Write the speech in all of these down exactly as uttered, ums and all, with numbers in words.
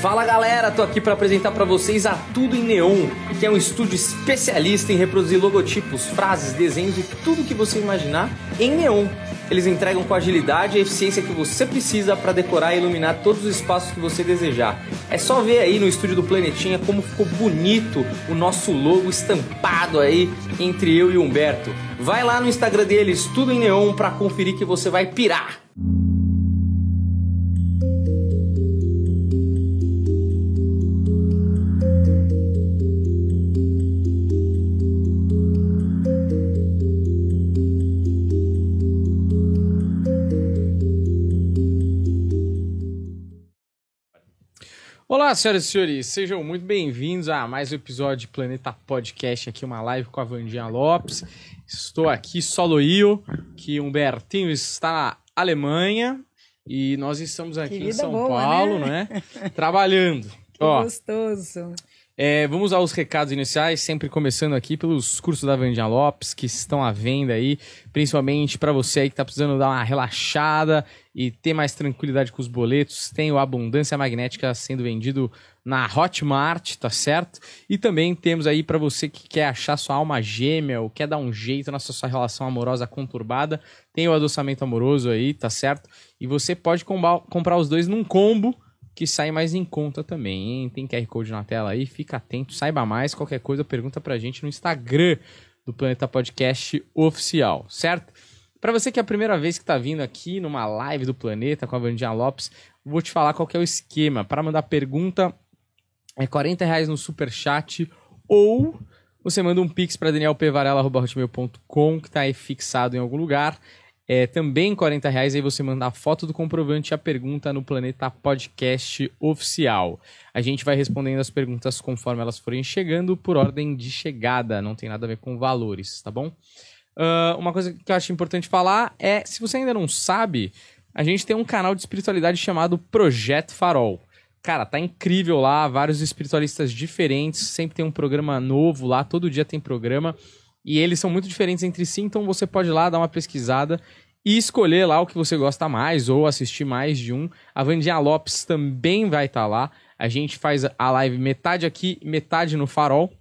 Fala galera, tô aqui para apresentar para vocês a Tudo em Neon, que é um estúdio especialista em reproduzir logotipos, frases, desenhos e tudo que você imaginar em neon. Eles entregam com agilidade e a eficiência que você precisa para decorar e iluminar todos os espaços que você desejar. É só ver aí no estúdio do Planetinha como ficou bonito o nosso logo estampado aí entre eu e o Humberto. Vai lá no Instagram deles, Tudo em Neon, para conferir que você vai pirar. Olá, senhoras e senhores, sejam muito bem-vindos a mais um episódio de Planeta Podcast, aqui uma live com a Vandinha Lopes. Estou aqui solo eu, que Humbertinho está na Alemanha e nós estamos aqui em São boa, Paulo, né? né? Trabalhando. Que Ó, gostoso. É, vamos aos recados iniciais, sempre começando aqui pelos cursos da Vandinha Lopes, que estão à venda aí, principalmente para você aí que está precisando dar uma relaxada e ter mais tranquilidade com os boletos. Tem o Abundância Magnética sendo vendido na Hotmart, tá certo? E também temos aí para você que quer achar sua alma gêmea ou quer dar um jeito nessa sua relação amorosa conturbada, tem o adoçamento amoroso aí, tá certo? E você pode comba- comprar os dois num combo, que sai mais em conta também, hein? Tem Q R Code na tela aí, fica atento, saiba mais, qualquer coisa pergunta pra gente no Instagram do Planeta Podcast Oficial, certo? Pra você que é a primeira vez que tá vindo aqui numa live do Planeta com a Vandinha Lopes, vou te falar qual que é o esquema. Para mandar pergunta é quarenta reais no Superchat ou você manda um pix pra daniel p varela arroba hotmail ponto com, que tá aí fixado em algum lugar. É, também quarenta reais, aí você manda a foto do comprovante e a pergunta no Planeta Podcast Oficial. A gente vai respondendo as perguntas conforme elas forem chegando, por ordem de chegada, não tem nada a ver com valores, tá bom? Uh, uma coisa que eu acho importante falar é, se você ainda não sabe, a gente tem um canal de espiritualidade chamado Projeto Farol. Cara, tá incrível lá, vários espiritualistas diferentes, sempre tem um programa novo lá, todo dia tem programa. E eles são muito diferentes entre si, então você pode ir lá dar uma pesquisada e escolher lá o que você gosta mais ou assistir mais de um. A Vandinha Lopes também vai estar lá. A gente faz a live metade aqui, metade no Farol.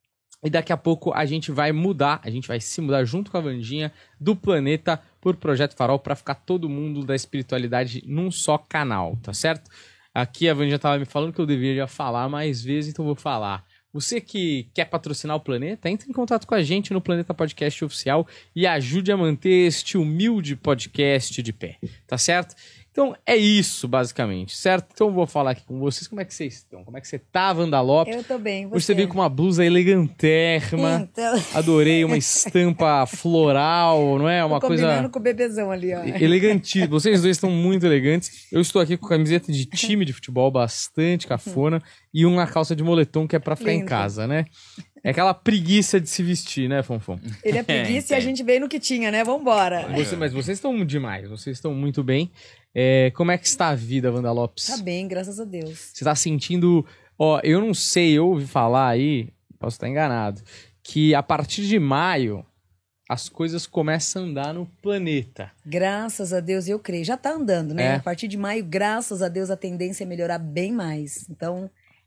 E daqui a pouco a gente vai mudar, a gente vai se mudar junto com a Vandinha do Planeta por Projeto Farol para ficar todo mundo da espiritualidade num só canal, tá certo? Aqui a Vandinha estava me falando que eu deveria falar mais vezes, então eu vou falar. Você que quer patrocinar o Planeta, entre em contato com a gente no Planeta Podcast Oficial e ajude a manter este humilde podcast de pé, tá certo? Então é isso, basicamente, certo? Então eu vou falar aqui com vocês, como é que vocês estão? Como é que você tá, Wanda Lopes? Eu tô bem, você? Hoje você veio com uma blusa elegantérrima, então... adorei, uma estampa floral, não é? Uma tô coisa... combinando com o bebezão ali, ó. Elegantíssimo, vocês dois estão muito elegantes. Eu estou aqui com camiseta de time de futebol, bastante cafona, e uma calça de moletom que é pra ficar Lindo. Em casa, né? É aquela preguiça de se vestir, né, Fonfon? Ele é preguiça é, e a gente veio no que tinha, né? Vambora. Você, mas vocês estão demais, vocês estão muito bem. É, como é que está a vida, Wanda Lopes? Tá bem, graças a Deus. Você tá sentindo... Ó, eu não sei, eu ouvi falar aí, posso estar enganado, que a partir de maio as coisas começam a andar no planeta. Graças a Deus, eu creio. Já tá andando, né? É. A partir de maio, graças a Deus, a tendência é melhorar bem mais. Então...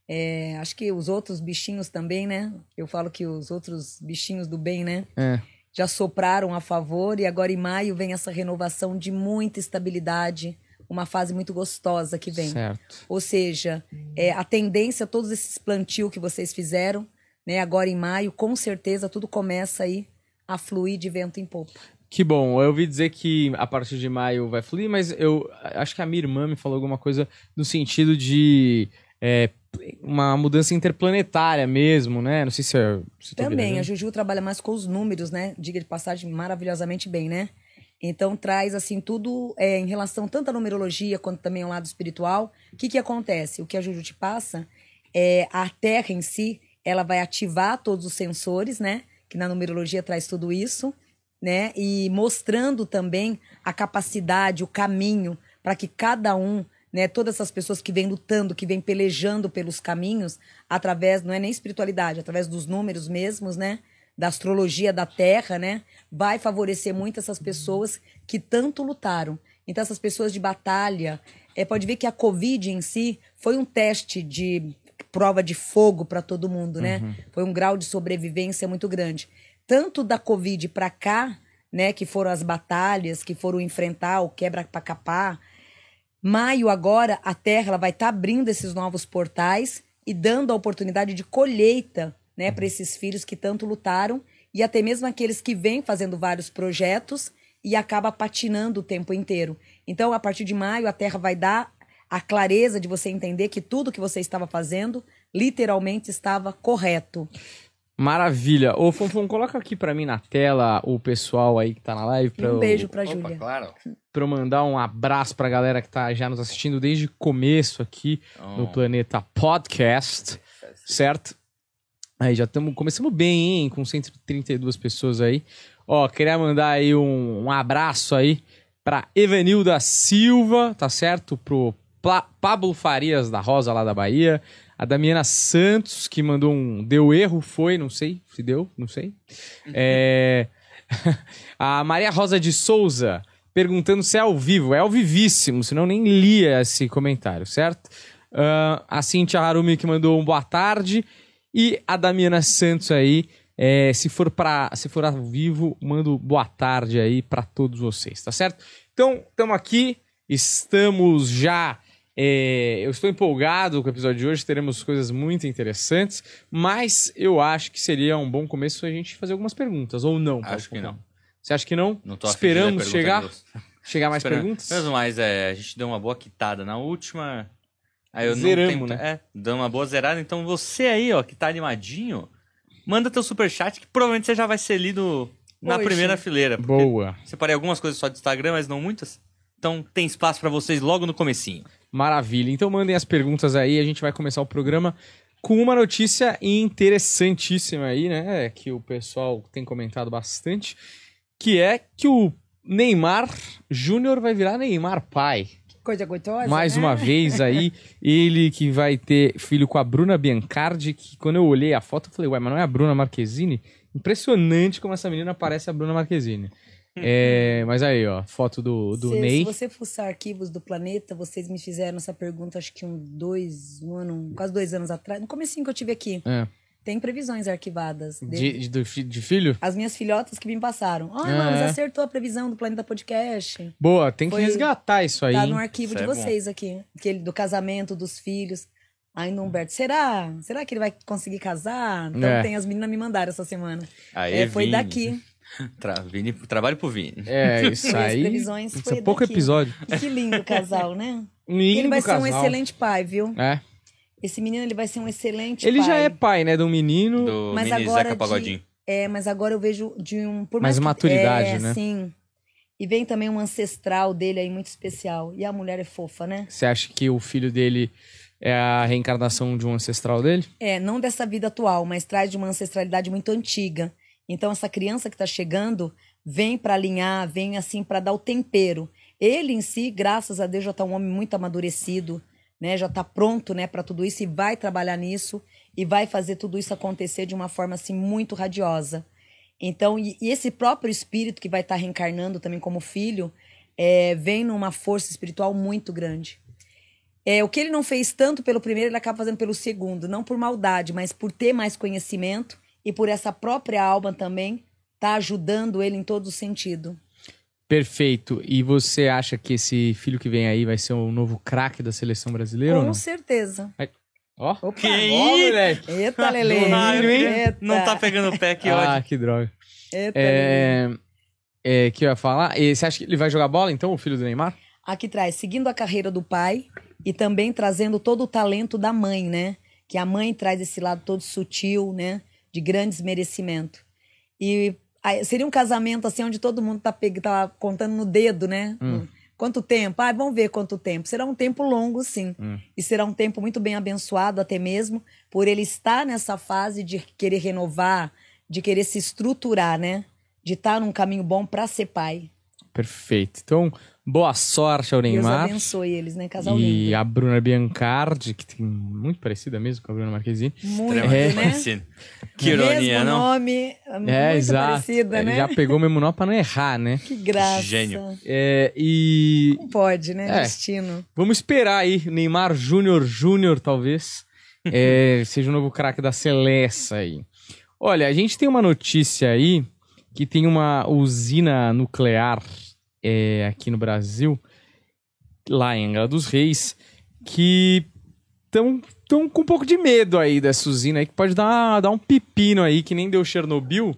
É, acho que os outros bichinhos também, né? Eu falo que os outros bichinhos do bem, né? É. Já sopraram a favor e agora em maio vem essa renovação de muita estabilidade, uma fase muito gostosa que vem. Certo. Ou seja, é, a tendência, todos esses plantios que vocês fizeram, né? Agora em maio, com certeza tudo começa aí a fluir de vento em popa. Que bom, eu ouvi dizer que a partir de maio vai fluir, mas eu acho que a minha irmã me falou alguma coisa no sentido de... É, uma mudança interplanetária mesmo, né? Não sei se é... Se Também, a Juju trabalha mais com os números, né? Diga de passagem, maravilhosamente bem, né? Então traz, assim, tudo é, em relação tanto à numerologia quanto também ao lado espiritual. O que que acontece? O que a Juju te passa é a Terra em si, ela vai ativar todos os sensores, né? Que na numerologia traz tudo isso, né? E mostrando também a capacidade, o caminho para que cada um... Né, todas essas pessoas que vêm lutando, que vêm pelejando pelos caminhos, através, não é nem espiritualidade, através dos números mesmos, né, da astrologia da Terra, né, vai favorecer muito essas pessoas que tanto lutaram. Então, essas pessoas de batalha, é, pode ver que a Covid em si foi um teste de prova de fogo para todo mundo, né? Uhum. Foi um grau de sobrevivência muito grande. Tanto da Covid para cá, né, que foram as batalhas, que foram enfrentar o quebra para capar. Maio agora, a Terra ela vai estar tá abrindo esses novos portais e dando a oportunidade de colheita, né, para esses filhos que tanto lutaram e até mesmo aqueles que vêm fazendo vários projetos e acaba patinando o tempo inteiro. Então, a partir de maio, a Terra vai dar a clareza de você entender que tudo que você estava fazendo, literalmente, estava correto. Maravilha. Ô, Fonfon, coloca aqui pra mim na tela o pessoal aí que tá na live. Pra um eu... beijo pra Opa, Júlia. Claro. Pra eu mandar um abraço pra galera que tá já nos assistindo desde o começo aqui oh. no Planeta Podcast, certo? Aí já estamos, começamos bem, hein? Com cento e trinta e duas pessoas aí. Ó, queria mandar aí um, um abraço aí pra Evanilda Silva, tá certo? Pro Pla- Pablo Farias da Rosa, lá da Bahia. A Damiana Santos, que mandou um... Deu erro, foi, não sei se deu, não sei. É... A Maria Rosa de Souza, perguntando se é ao vivo. É ao vivíssimo, senão nem lia esse comentário, certo? Uh, a Cintia Harumi, que mandou um boa tarde. E a Damiana Santos aí, é, se for pra, se for ao vivo, mando boa tarde aí pra todos vocês, tá certo? Então, estamos aqui, estamos já... É, eu estou empolgado com o episódio de hoje, teremos coisas muito interessantes, mas eu acho que seria um bom começo a gente fazer algumas perguntas, ou não? Acho que não. Você acha que não? Não tô Esperamos chegar, chegar mais Esperando. perguntas? Mas, mas é, a gente deu uma boa quitada na última. Aí eu Zeramos, não tenho, né? É, deu uma boa zerada. Então você aí, ó, que tá animadinho, manda teu superchat que provavelmente você já vai ser lido na Poxa. primeira fileira. Boa. Separei algumas coisas só de Instagram, mas não muitas. Então tem espaço pra vocês logo no comecinho. Maravilha. Então mandem as perguntas aí, a gente vai começar o programa com uma notícia interessantíssima aí, né? Que o pessoal tem comentado bastante, que é que o Neymar Júnior vai virar Neymar pai. Coisa gostosa, Mais né? uma vez aí, ele que vai ter filho com a Bruna Biancardi, que quando eu olhei a foto, eu falei, ué, mas não é a Bruna Marquezine? Impressionante como essa menina parece a Bruna Marquezine. É, mas aí, ó, foto do, do se, Ney. Se você fuçar arquivos do Planeta, vocês me fizeram essa pergunta, acho que um dois, um ano, quase dois anos atrás, no comecinho que eu tive aqui. É. Tem previsões arquivadas. De, de, de filho? As minhas filhotas que me passaram. Ah, ah, mas é. acertou a previsão do Planeta Podcast. Boa, tem que Foi, resgatar isso aí. Tá hein? no arquivo isso de é vocês bom. Aqui. Aquele do casamento, dos filhos. Ainda Humberto, será? Será que ele vai conseguir casar? Então é. tem as meninas me mandaram essa semana. Aê, é, foi Vini. daqui. Tra Vini, trabalho pro Vini. É, isso foi aí. As previsões isso foi é pouco daqui. episódio. E que lindo casal, né? Um lindo ele vai casal. ser um excelente pai, viu? É. Esse menino ele vai ser um excelente ele pai. já é pai, né? De um menino. Do mas mini agora Zeca Pagodinho. De, é, mas agora eu vejo de um... Por mais mais maturidade, que, é, né? Sim. E vem também um ancestral dele aí muito especial. E a mulher é fofa, né? Você acha que o filho dele é a reencarnação de um ancestral dele? É, não dessa vida atual, mas traz de uma ancestralidade muito antiga. Então essa criança que tá chegando vem para alinhar, vem assim para dar o tempero. Ele em si, graças a Deus, já tá um homem muito amadurecido, né? Já tá pronto, né, para tudo isso e vai trabalhar nisso e vai fazer tudo isso acontecer de uma forma assim muito radiosa. Então, e, e esse próprio espírito que vai estar tá reencarnando também como filho, é, vem numa força espiritual muito grande. É, o que ele não fez tanto pelo primeiro, ele acaba fazendo pelo segundo, não por maldade, mas por ter mais conhecimento e por essa própria alma também tá ajudando ele em todo sentido. Perfeito. E você acha que esse filho que vem aí vai ser o novo craque da seleção brasileira Com ou não? certeza. Ó, Opa. Que ó, moleque. Eita, Lelê. Ah, Eita. não tá pegando o pé, que Ah, ódio. que droga. Eita, É, Lelê. é, que eu ia falar. E você acha que ele vai jogar bola, então, o filho do Neymar? Aqui traz, seguindo a carreira do pai e também trazendo todo o talento da mãe, né? Que a mãe traz esse lado todo sutil, né? De grande desmerecimento. E aí, seria um casamento assim onde todo mundo tá, peg... tá contando no dedo, né? Hum. Quanto tempo? Ah, vamos ver quanto tempo. Será um tempo longo, sim. Hum. E será um tempo muito bem abençoado até mesmo por ele estar nessa fase de querer renovar, de querer se estruturar, né? De estar num caminho bom para ser pai. Perfeito. Então, Boa sorte ao Deus Neymar. abençoe eles, né? Casal E lindo. a Bruna Biancardi, que tem muito parecida mesmo com a Bruna Marquezine. Muito, Extremamente né? parecido. Que ironia, Mesmo não? nome, muito É, exato. parecida, Ele né? já pegou o mesmo nome pra não errar, né? Que graça. Gênio. É, e Não pode, né? É. Destino. vamos esperar aí, Neymar Júnior Júnior, talvez, é, seja o novo craque da Celeste aí. Olha, a gente tem uma notícia aí que tem uma usina nuclear é, aqui no Brasil, lá em Angra dos Reis, que estão tão com um pouco de medo aí dessa usina aí, que pode dar, dar um pepino aí, que nem deu Chernobyl.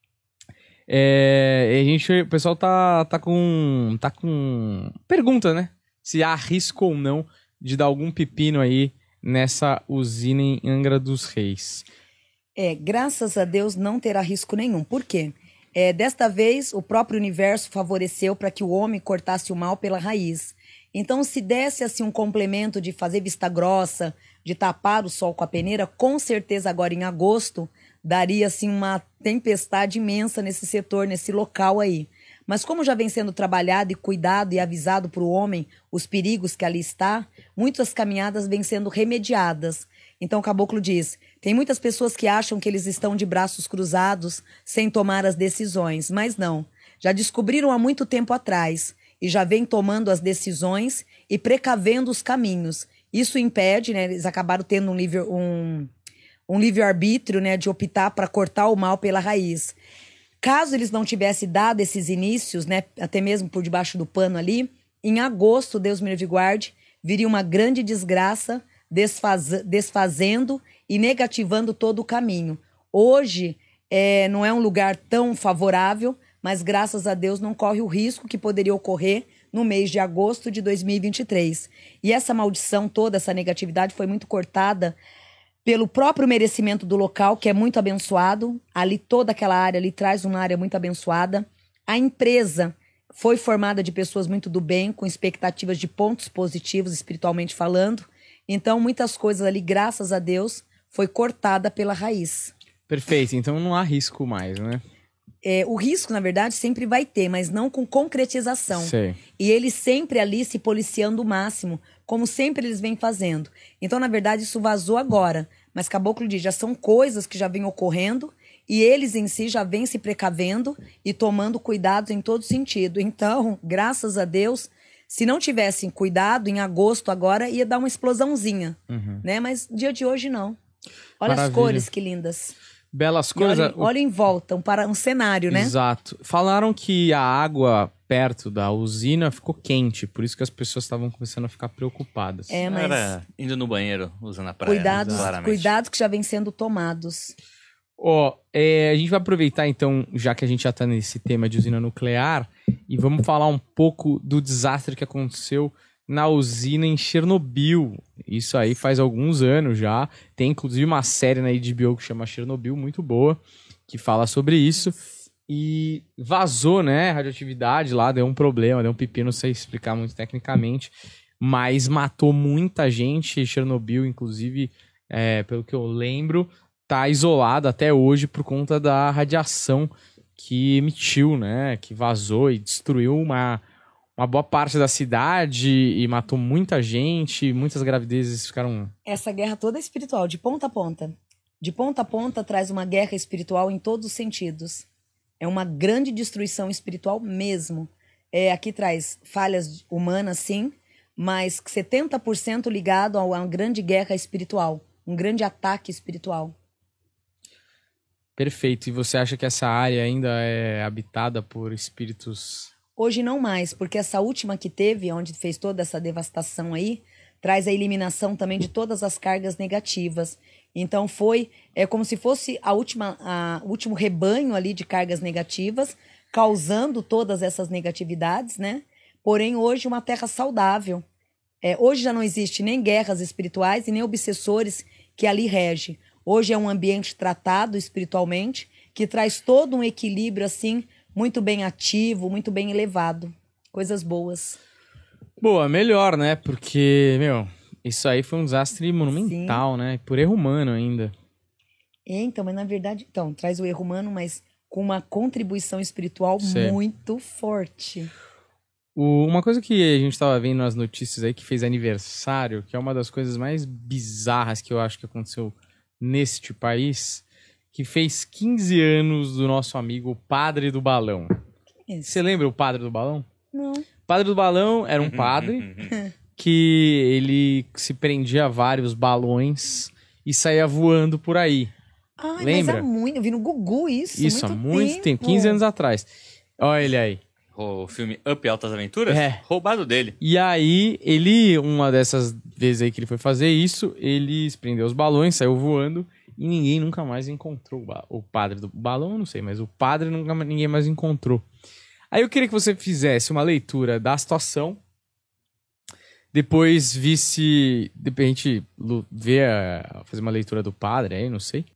É, e a gente, o pessoal tá, tá com tá com pergunta, né? Se há risco ou não de dar algum pepino aí nessa usina em Angra dos Reis. É, graças a Deus não terá risco nenhum. Por quê? É, desta vez, o próprio universo favoreceu para que o homem cortasse o mal pela raiz. Então, se desse assim um complemento de fazer vista grossa, de tapar o sol com a peneira, com certeza agora em agosto daria assim uma tempestade imensa nesse setor, nesse local aí. Mas como já vem sendo trabalhado e cuidado e avisado para o homem os perigos que ali está, muitas caminhadas vêm sendo remediadas. Então o caboclo diz, tem muitas pessoas que acham que eles estão de braços cruzados sem tomar as decisões, mas não. Já descobriram há muito tempo atrás e já vêm tomando as decisões e precavendo os caminhos. Isso impede, né, eles acabaram tendo um livre, um, um livre-arbítrio, né, de optar para cortar o mal pela raiz. Caso eles não tivessem dado esses inícios, né, até mesmo por debaixo do pano ali, em agosto, Deus me livre e guarde, viria uma grande desgraça desfaz, desfazendo e negativando todo o caminho. Hoje é, não é um lugar tão favorável, mas graças a Deus não corre o risco que poderia ocorrer no mês de agosto de dois mil e vinte e três. E essa maldição toda, essa negatividade foi muito cortada pelo próprio merecimento do local, que é muito abençoado. Ali, toda aquela área ali traz uma área muito abençoada. A empresa foi formada de pessoas muito do bem, com expectativas de pontos positivos, espiritualmente falando. Então, muitas coisas ali, graças a Deus, foi cortada pela raiz. Perfeito, então não há risco mais, né? É, o risco, na verdade, sempre vai ter, mas não com concretização. Sei. E eles sempre ali se policiando o máximo, como sempre eles vêm fazendo. Então, na verdade, isso vazou agora. Mas Caboclo diz, já são coisas que já vêm ocorrendo e eles em si já vêm se precavendo e tomando cuidados em todo sentido. Então, graças a Deus, se não tivessem cuidado, em agosto agora ia dar uma explosãozinha, Uhum. né? Mas dia de hoje não. Olha Maravilha. as cores, que lindas. Belas E coisas. olha, olha em volta, um, para, um cenário, né? Exato. Falaram que a água perto da usina ficou quente, por isso que as pessoas estavam começando a ficar preocupadas. É, mas Era indo no banheiro, usando a praia. cuidados, né? Claramente. cuidados que já vêm sendo tomados. Ó, é, a gente vai aproveitar então, já que a gente já tá nesse tema de usina nuclear, e vamos falar um pouco do desastre que aconteceu na usina em Chernobyl. Isso aí faz alguns anos já. Tem inclusive uma série na H B O que chama Chernobyl, muito boa, que fala sobre isso. E vazou, né, radioatividade lá, deu um problema, deu um pepino, não sei explicar muito tecnicamente, mas matou muita gente. Chernobyl, inclusive, é, pelo que eu lembro, tá isolado até hoje por conta da radiação que emitiu, né, que vazou e destruiu uma, uma boa parte da cidade e matou muita gente, muitas gravidezes ficaram... Essa guerra toda é espiritual, de ponta a ponta. De ponta a ponta traz uma guerra espiritual em todos os sentidos. É uma grande destruição espiritual mesmo. É, aqui traz falhas humanas, sim, mas setenta por cento ligado a uma grande guerra espiritual, um grande ataque espiritual. Perfeito. E você acha que essa área ainda é habitada por espíritos... Hoje não mais, porque essa última que teve, onde fez toda essa devastação aí, traz a eliminação também de todas as cargas negativas. Então foi é como se fosse a última, a, o último rebanho ali de cargas negativas, causando todas essas negatividades, né? Porém, hoje uma terra saudável. É, hoje já não existe nem guerras espirituais e nem obsessores que ali regem. Hoje é um ambiente tratado espiritualmente, que traz todo um equilíbrio, assim, muito bem ativo, muito bem elevado. Coisas boas. Boa, melhor, né? Porque, meu, isso aí foi um desastre monumental, Sim. né? Por erro humano ainda. É, então, mas na verdade, então, traz o erro humano, mas com uma contribuição espiritual Sim. muito forte. O- uma coisa que a gente tava vendo nas notícias aí que fez aniversário, que é uma das coisas mais bizarras que eu acho que aconteceu neste país, que fez quinze anos do nosso amigo Padre do Balão. Isso. Você lembra o Padre do Balão? Não. O Padre do Balão era um padre que ele se prendia a vários balões e saía voando por aí. Ai, Lembra? mas há muito. Eu vi no Gugu isso. Isso, há muito muito tempo, tempo. quinze anos atrás. Olha ele aí. O filme Up Altas Aventuras? É. Roubado dele. E aí, ele, uma dessas vezes aí que ele foi fazer isso, ele prendeu os balões, saiu voando e ninguém nunca mais encontrou o, ba- o padre do balão, eu não sei, mas o padre nunca ma- ninguém mais encontrou. Aí eu queria que você fizesse uma leitura da situação, depois visse, de repente, lu- ver, a- fazer uma leitura do padre aí, não sei.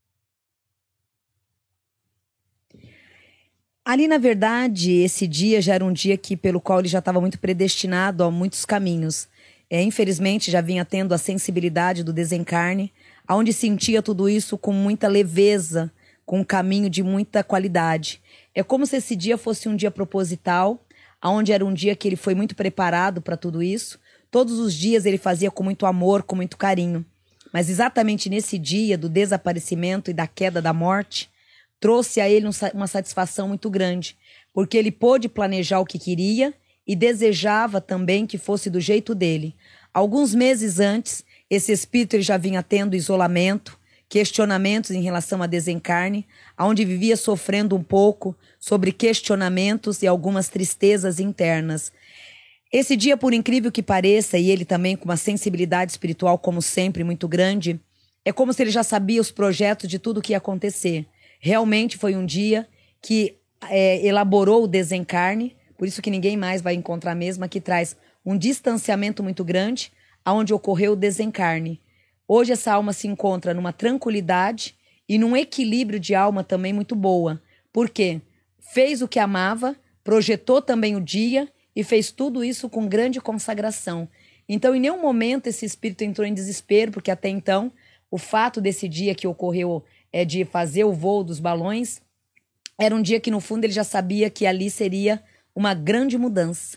Ali, na verdade, esse dia já era um dia que, pelo qual ele já estava muito predestinado a muitos caminhos. É, infelizmente, já vinha tendo a sensibilidade do desencarne, onde sentia tudo isso com muita leveza, com um caminho de muita qualidade. É como se esse dia fosse um dia proposital, onde era um dia que ele foi muito preparado para tudo isso. Todos os dias ele fazia com muito amor, com muito carinho. Mas exatamente nesse dia do desaparecimento e da queda da morte, trouxe a ele um sa- uma satisfação muito grande, porque ele pôde planejar o que queria e desejava também que fosse do jeito dele. Alguns meses antes, esse espírito ele já vinha tendo isolamento, questionamentos em relação a desencarne, onde vivia sofrendo um pouco sobre questionamentos e algumas tristezas internas. Esse dia, por incrível que pareça, e ele também com uma sensibilidade espiritual, como sempre, muito grande, é como se ele já sabia os projetos de tudo que ia acontecer. Realmente foi um dia que é, elaborou o desencarne, por isso que ninguém mais vai encontrar mesmo, que traz um distanciamento muito grande aonde ocorreu o desencarne. Hoje essa alma se encontra numa tranquilidade e num equilíbrio de alma também muito boa. Por quê? Fez o que amava, projetou também o dia e fez tudo isso com grande consagração. Então, em nenhum momento esse espírito entrou em desespero, porque até então, o fato desse dia que ocorreu é, de fazer o voo dos balões, era um dia que, no fundo, ele já sabia que ali seria uma grande mudança.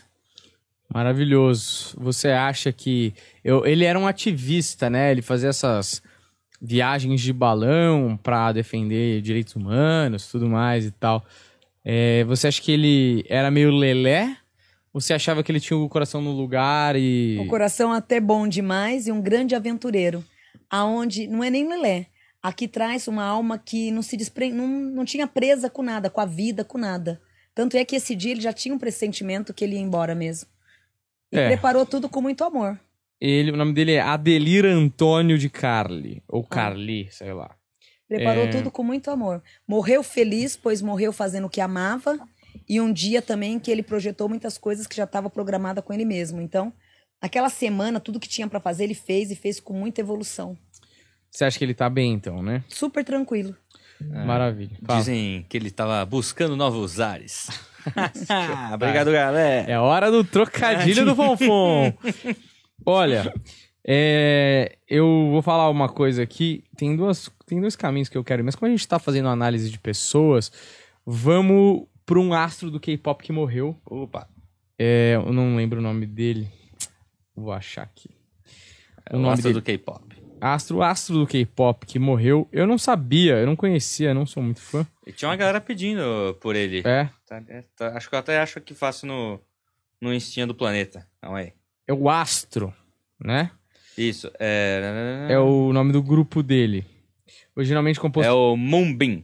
Maravilhoso. Você acha que... Eu, ele era um ativista, né? Ele fazia essas viagens de balão pra defender direitos humanos, tudo mais e tal. É, você acha que ele era meio lelé? Ou você achava que ele tinha o coração no lugar e... O coração até bom demais e um grande aventureiro. Aonde não é nem lelé. Aqui traz uma alma que não se despre... não, não tinha presa com nada, com a vida, com nada. Tanto é que esse dia ele já tinha um pressentimento que ele ia embora mesmo. E É. preparou tudo com muito amor. Ele, o nome dele é Adelir Antônio de Carli. Ou Carli, sei lá. Preparou É. tudo com muito amor. Morreu feliz, pois morreu fazendo o que amava. E um dia também que ele projetou muitas coisas que já estava programada com ele mesmo. Então, aquela semana, tudo que tinha para fazer, ele fez e fez com muita evolução. Você acha que ele tá bem, então, né? Super tranquilo. Maravilha. Fala. Dizem que ele tava buscando novos ares. Obrigado, galera. É hora do trocadilho do Fonfon. Olha, é, eu vou falar uma coisa aqui. Tem, duas, tem dois caminhos que eu quero ir. Mas como a gente tá fazendo análise de pessoas, vamos pra um astro do K-pop que morreu. Opa. É, eu não lembro o nome dele. Vou achar aqui. É O o nome astro dele. do K-pop. Astro, astro do K-pop que morreu. Eu não sabia, eu não conhecia, eu não sou muito fã. E tinha uma galera pedindo por ele. É, Tá- é, tá- acho que eu até acho que faço no, no Instinha do Planeta. Calma aí. é o Astro, né? Isso. É, É o nome do grupo dele. Originalmente composto... é o Moonbin.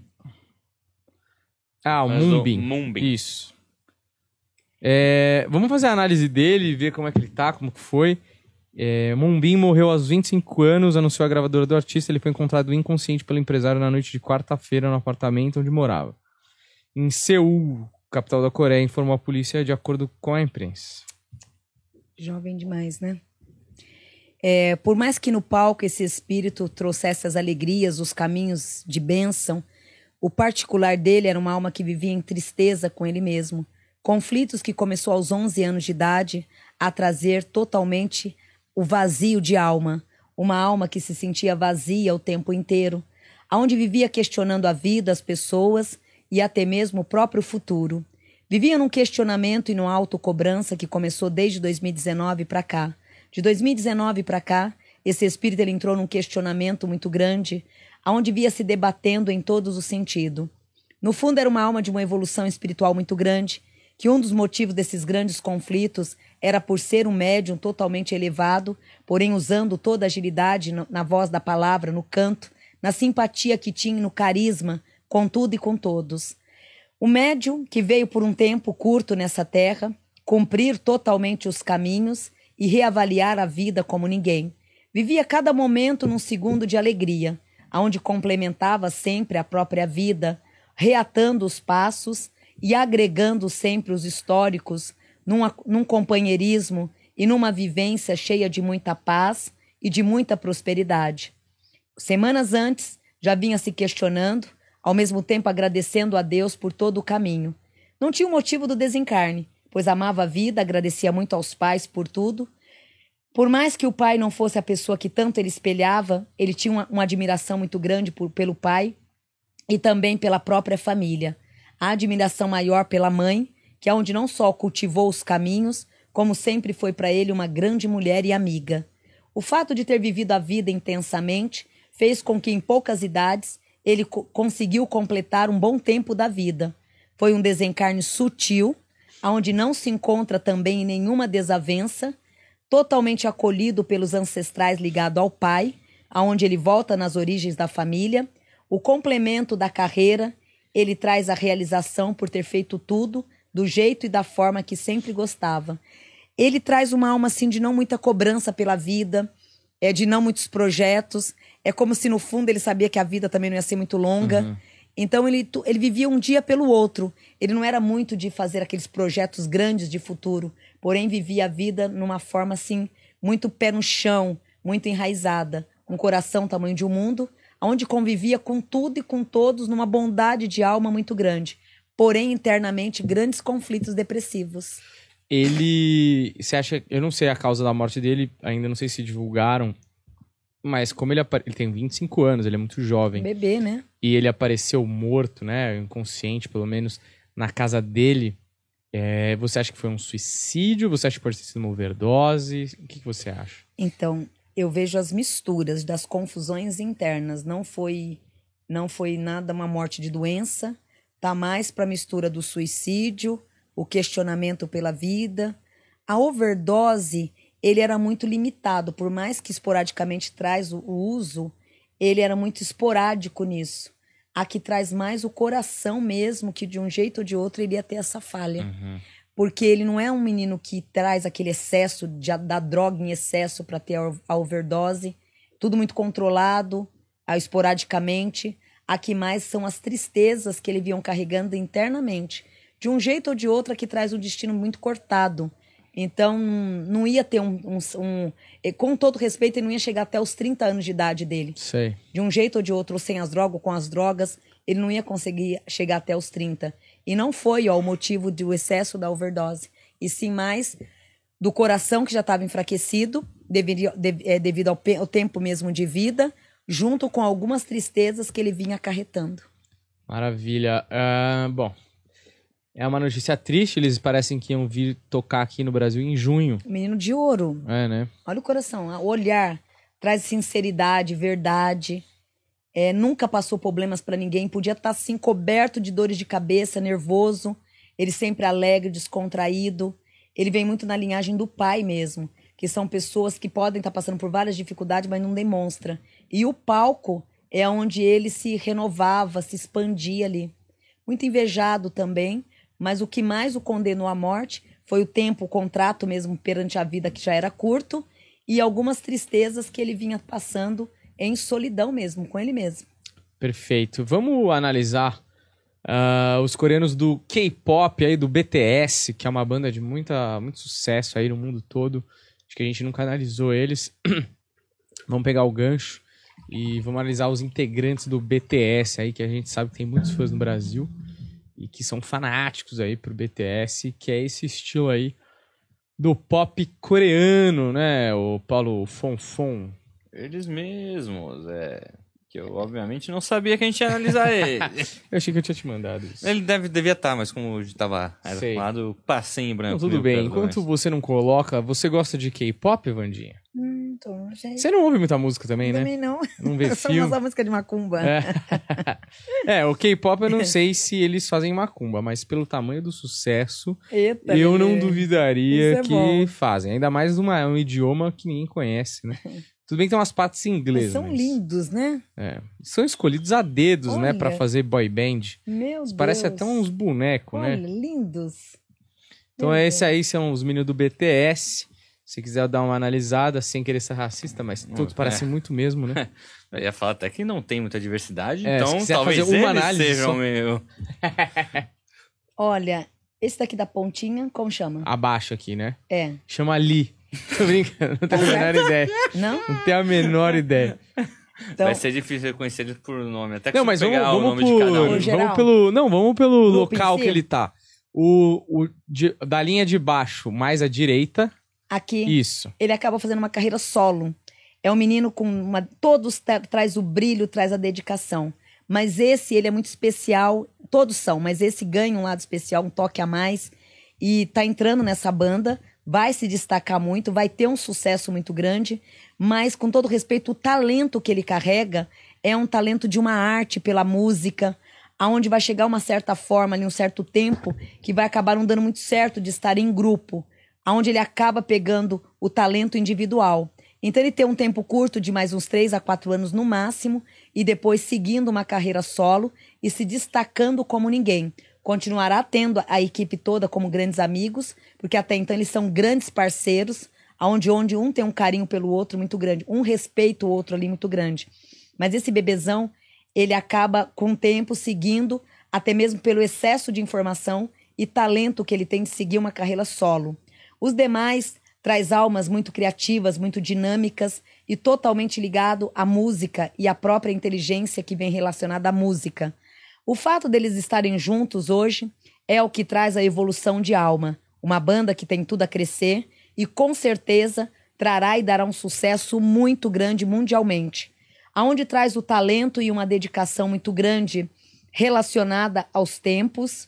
Ah, o Mas Moonbin. Moonbin. Isso. É, vamos fazer a análise dele, ver como é que ele tá, como que foi. É, Moonbin morreu aos vinte e cinco anos, anunciou a gravadora do artista. Ele foi encontrado inconsciente pelo empresário na noite de quarta-feira no apartamento onde morava. Em Seul, capital da Coreia, informou a polícia de acordo com a imprensa. Jovem demais, né? É, por mais que no palco esse espírito trouxesse as alegrias, os caminhos de bênção, o particular dele era uma alma que vivia em tristeza com ele mesmo. Conflitos que começou aos onze anos de idade a trazer totalmente o vazio de alma. Uma alma que se sentia vazia o tempo inteiro, aonde vivia questionando a vida, as pessoas e até mesmo o próprio futuro. Vivia num questionamento e numa autocobrança que começou desde dois mil e dezenove para cá. De dois mil e dezenove para cá, esse espírito ele entrou num questionamento muito grande, onde via se debatendo em todos os sentidos. No fundo, era uma alma de uma evolução espiritual muito grande, que um dos motivos desses grandes conflitos era por ser um médium totalmente elevado, porém usando toda a agilidade no, na voz da palavra, no canto, na simpatia que tinha e no carisma, com tudo e com todos. O médium, que veio por um tempo curto nessa terra, cumprir totalmente os caminhos e reavaliar a vida como ninguém. Vivia cada momento num segundo de alegria, onde complementava sempre a própria vida, reatando os passos e agregando sempre os históricos numa, num companheirismo e numa vivência cheia de muita paz e de muita prosperidade. Semanas antes, já vinha se questionando, ao mesmo tempo agradecendo a Deus por todo o caminho. Não tinha o motivo do desencarne, pois amava a vida, agradecia muito aos pais por tudo. Por mais que o pai não fosse a pessoa que tanto ele espelhava, ele tinha uma, uma admiração muito grande por, pelo pai e também pela própria família. A admiração maior pela mãe, que é onde não só cultivou os caminhos, como sempre foi para ele uma grande mulher e amiga. O fato de ter vivido a vida intensamente fez com que em poucas idades ele co- conseguiu completar um bom tempo da vida. Foi um desencarne sutil, onde não se encontra também em nenhuma desavença, totalmente acolhido pelos ancestrais ligado ao pai, aonde ele volta nas origens da família. O complemento da carreira, ele traz a realização por ter feito tudo do jeito e da forma que sempre gostava. Ele traz uma alma assim de não muita cobrança pela vida, é de não muitos projetos. É como se no fundo ele sabia que a vida também não ia ser muito longa. Uhum. Então ele, ele vivia um dia pelo outro. Ele não era muito de fazer aqueles projetos grandes de futuro, porém vivia a vida numa forma assim, muito pé no chão, muito enraizada, um coração tamanho de um mundo, onde convivia com tudo e com todos numa bondade de alma muito grande, porém internamente grandes conflitos depressivos. Ele, você acha, eu não sei a causa da morte dele, ainda não sei se divulgaram, mas como ele, apare... ele tem vinte e cinco anos, ele é muito jovem. Bebê, né? E ele apareceu morto, né, inconsciente pelo menos, na casa dele. É, você acha que foi um suicídio? Você acha que pode ter sido uma overdose? O que, que você acha? Então, eu vejo as misturas das confusões internas. Não foi, não foi nada uma morte de doença. Tá mais para a mistura do suicídio, o questionamento pela vida. A overdose, ele era muito limitado. Por mais que esporadicamente traz o, o uso, ele era muito esporádico nisso. A que traz mais o coração mesmo, que de um jeito ou de outro ele ia ter essa falha. Uhum. Porque ele não é um menino que traz aquele excesso, de, da droga em excesso para ter a overdose. Tudo muito controlado, a, esporadicamente. A que mais são as tristezas que ele vinham carregando internamente. De um jeito ou de outro, a que traz um destino muito cortado. Então, não ia ter um, um, um... Com todo respeito, ele não ia chegar até os trinta anos de idade dele. Sei. De um jeito ou de outro, ou sem as drogas, ou com as drogas, ele não ia conseguir chegar até os trinta. E não foi ó, o motivo do excesso da overdose. E sim mais do coração que já estava enfraquecido, devido, de, é, devido ao, ao tempo mesmo de vida, junto com algumas tristezas que ele vinha acarretando. Maravilha. Uh, bom... É uma notícia triste, eles parecem que iam vir tocar aqui no Brasil em junho. Menino de ouro. É, né? Olha o coração, o olhar, traz sinceridade, verdade. É, nunca passou problemas pra ninguém, podia estar assim coberto de dores de cabeça, nervoso. Ele sempre alegre, descontraído. Ele vem muito na linhagem do pai mesmo, que são pessoas que podem estar passando por várias dificuldades, mas não demonstra. E o palco é onde ele se renovava, se expandia ali. Muito invejado também. Mas o que mais o condenou à morte foi o tempo, o contrato mesmo perante a vida que já era curto e algumas tristezas que ele vinha passando em solidão mesmo, com ele mesmo. Perfeito. Vamos analisar uh, os coreanos do K-pop, aí, do B T S, que é uma banda de muita, muito sucesso aí no mundo todo. Acho que a gente nunca analisou eles. Vamos pegar o gancho e vamos analisar os integrantes do B T S aí, que a gente sabe que tem muitos fãs no Brasil. E que são fanáticos aí pro B T S, que é esse estilo aí do pop coreano, né? O Paulo Fonfon. Eles mesmos, é. Que eu, obviamente, não sabia que a gente ia analisar ele. Eu achei que eu tinha te mandado isso. Ele deve, devia estar, mas como eu tava Sei. lado, passei em branco. Não, tudo mil bem. perdões. Enquanto você não coloca, você gosta de K-pop, Vandinha? Hum, tô, gente. Você não ouve muita música também, né? Também não. Não vê Eu só filme. uso a música de macumba. É. É, o K-pop eu não sei se eles fazem macumba, mas pelo tamanho do sucesso, Eita, eu Lelê. não duvidaria Isso é que bom. fazem. Ainda mais numa, um idioma que ninguém conhece, né? Tudo bem que tem umas partes em Mas inglês, são mas- lindos, né? É. São escolhidos a dedos, né, Olha. pra fazer boy band. Meu Deus. Parece até uns bonecos, Olha, né? lindos. Então Meu é Deus. esse aí, são os meninos do B T S. Se quiser dar uma analisada, sem querer ser racista, mas todos é. parecem muito mesmo, né? Eu ia falar até que não tem muita diversidade, É, se então quiser talvez fazer uma eles análise sejam só. meio... Olha, esse daqui da pontinha, como chama? Abaixo aqui, né? É. Chama Lee. Tô brincando, não tenho a menor ideia. Não? Não tenho a menor ideia. Então, Vai ser difícil reconhecer eles por nome. Até que Não, se mas eu vamos, pegar o vamos, nome de cada por, um. No geral? vamos pelo. Não, vamos pelo Grupo em local si? que ele tá. O, o de- da linha de baixo, mais à direita. aqui, Isso. ele acaba fazendo uma carreira solo. É um menino com uma... Todos tra- traz o brilho, traz a dedicação. Mas esse, ele é muito especial. Todos são, mas esse ganha um lado especial, um toque a mais. E tá entrando nessa banda. Vai se destacar muito, vai ter um sucesso muito grande. Mas, com todo respeito, o talento que ele carrega é um talento de uma arte pela música, aonde vai chegar uma certa forma, ali, um certo tempo, que vai acabar não dando muito certo de estar em grupo, aonde ele acaba pegando o talento individual. Então ele tem um tempo curto de mais uns três a quatro anos no máximo, e depois seguindo uma carreira solo e se destacando como ninguém. Continuará tendo a equipe toda como grandes amigos, porque até então eles são grandes parceiros, onde, onde um tem um carinho pelo outro muito grande, um respeita o outro ali muito grande. Mas esse bebezão, ele acaba com o tempo seguindo, até mesmo pelo excesso de informação e talento que ele tem de seguir uma carreira solo. Os demais traz almas muito criativas, muito dinâmicas e totalmente ligado à música e à própria inteligência que vem relacionada à música. O fato deles estarem juntos hoje é o que traz a evolução de alma. Uma banda que tem tudo a crescer e com certeza trará e dará um sucesso muito grande mundialmente. Aonde traz o talento e uma dedicação muito grande relacionada aos tempos,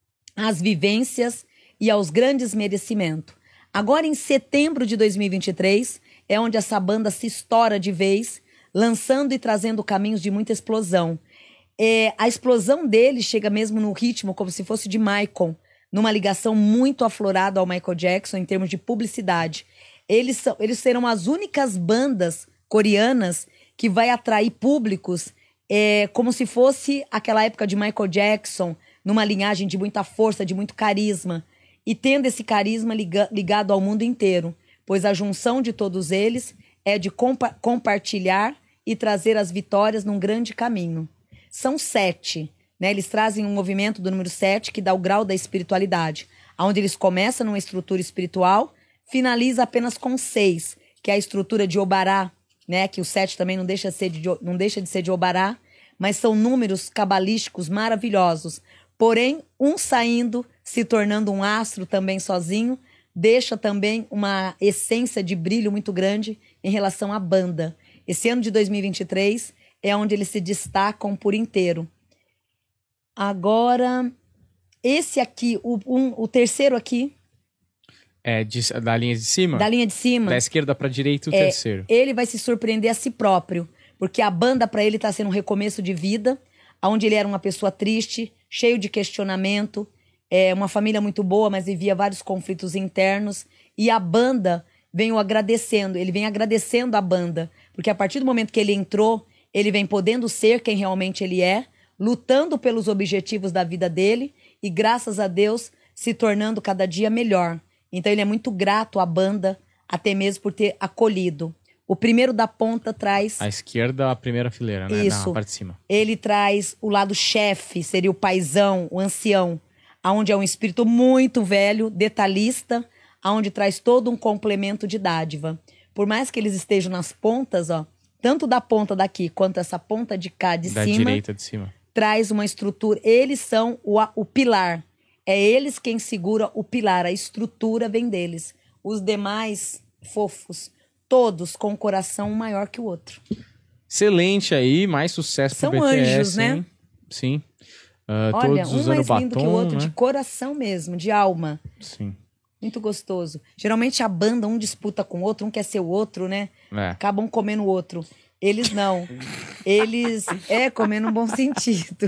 às vivências e aos grandes merecimentos. Agora, em setembro de dois mil e vinte e três, é onde essa banda se estoura de vez, lançando e trazendo caminhos de muita explosão. É, a explosão dele chega mesmo no ritmo como se fosse de Michael, numa ligação muito aflorada ao Michael Jackson em termos de publicidade. Eles, são, eles serão as únicas bandas coreanas que vai atrair públicos é, como se fosse aquela época de Michael Jackson, numa linhagem de muita força, de muito carisma, e tendo esse carisma liga, ligado ao mundo inteiro, pois a junção de todos eles é de compa compartilhar e trazer as vitórias num grande caminho. São sete, né? Eles trazem um movimento do número sete que dá o grau da espiritualidade, onde eles começam numa estrutura espiritual, finaliza apenas com seis, que é a estrutura de Obará, né? Que o sete também não deixa de ser de, não deixa de ser de Obará, mas são números cabalísticos maravilhosos. Porém, um saindo, se tornando um astro também sozinho, deixa também uma essência de brilho muito grande em relação à banda. Esse ano de dois mil e vinte e três é onde eles se destacam por inteiro. Agora, esse aqui, o, um, o terceiro aqui, É, de- da linha de cima? da linha de cima, Da esquerda pra direita, o É, terceiro. ele vai se surpreender a si próprio, porque a banda para ele está sendo um recomeço de vida, onde ele era uma pessoa triste, cheio de questionamento, é, uma família muito boa, mas vivia vários conflitos internos, e a banda vem o agradecendo, ele vem agradecendo a banda, porque a partir do momento que ele entrou, ele vem podendo ser quem realmente ele é, lutando pelos objetivos da vida dele e, graças a Deus, se tornando cada dia melhor. Então ele é muito grato à banda, até mesmo por ter acolhido. O primeiro da ponta traz... A esquerda, a primeira fileira, né? Isso. Na parte de cima. Ele traz o lado chefe, seria o paizão, o ancião, aonde é um espírito muito velho, detalhista, aonde traz todo um complemento de dádiva. Por mais que eles estejam nas pontas, ó, tanto da ponta daqui quanto essa ponta de cá de Da cima, direita de cima. traz uma estrutura. Eles são o, o pilar. É eles quem segura o pilar. A estrutura vem deles. Os demais, fofos, todos com um coração um maior que o outro. excelente aí, mais sucesso São pro B T S. anjos, né? Hein? Sim. Uh, Olha, todos um usando mais batom, lindo que o outro, né? de coração mesmo, de alma. Sim. Muito gostoso. Geralmente a banda, um disputa com o outro, um quer ser o outro, né? É. Acabam comendo o outro. Eles não. Eles é comer no bom sentido.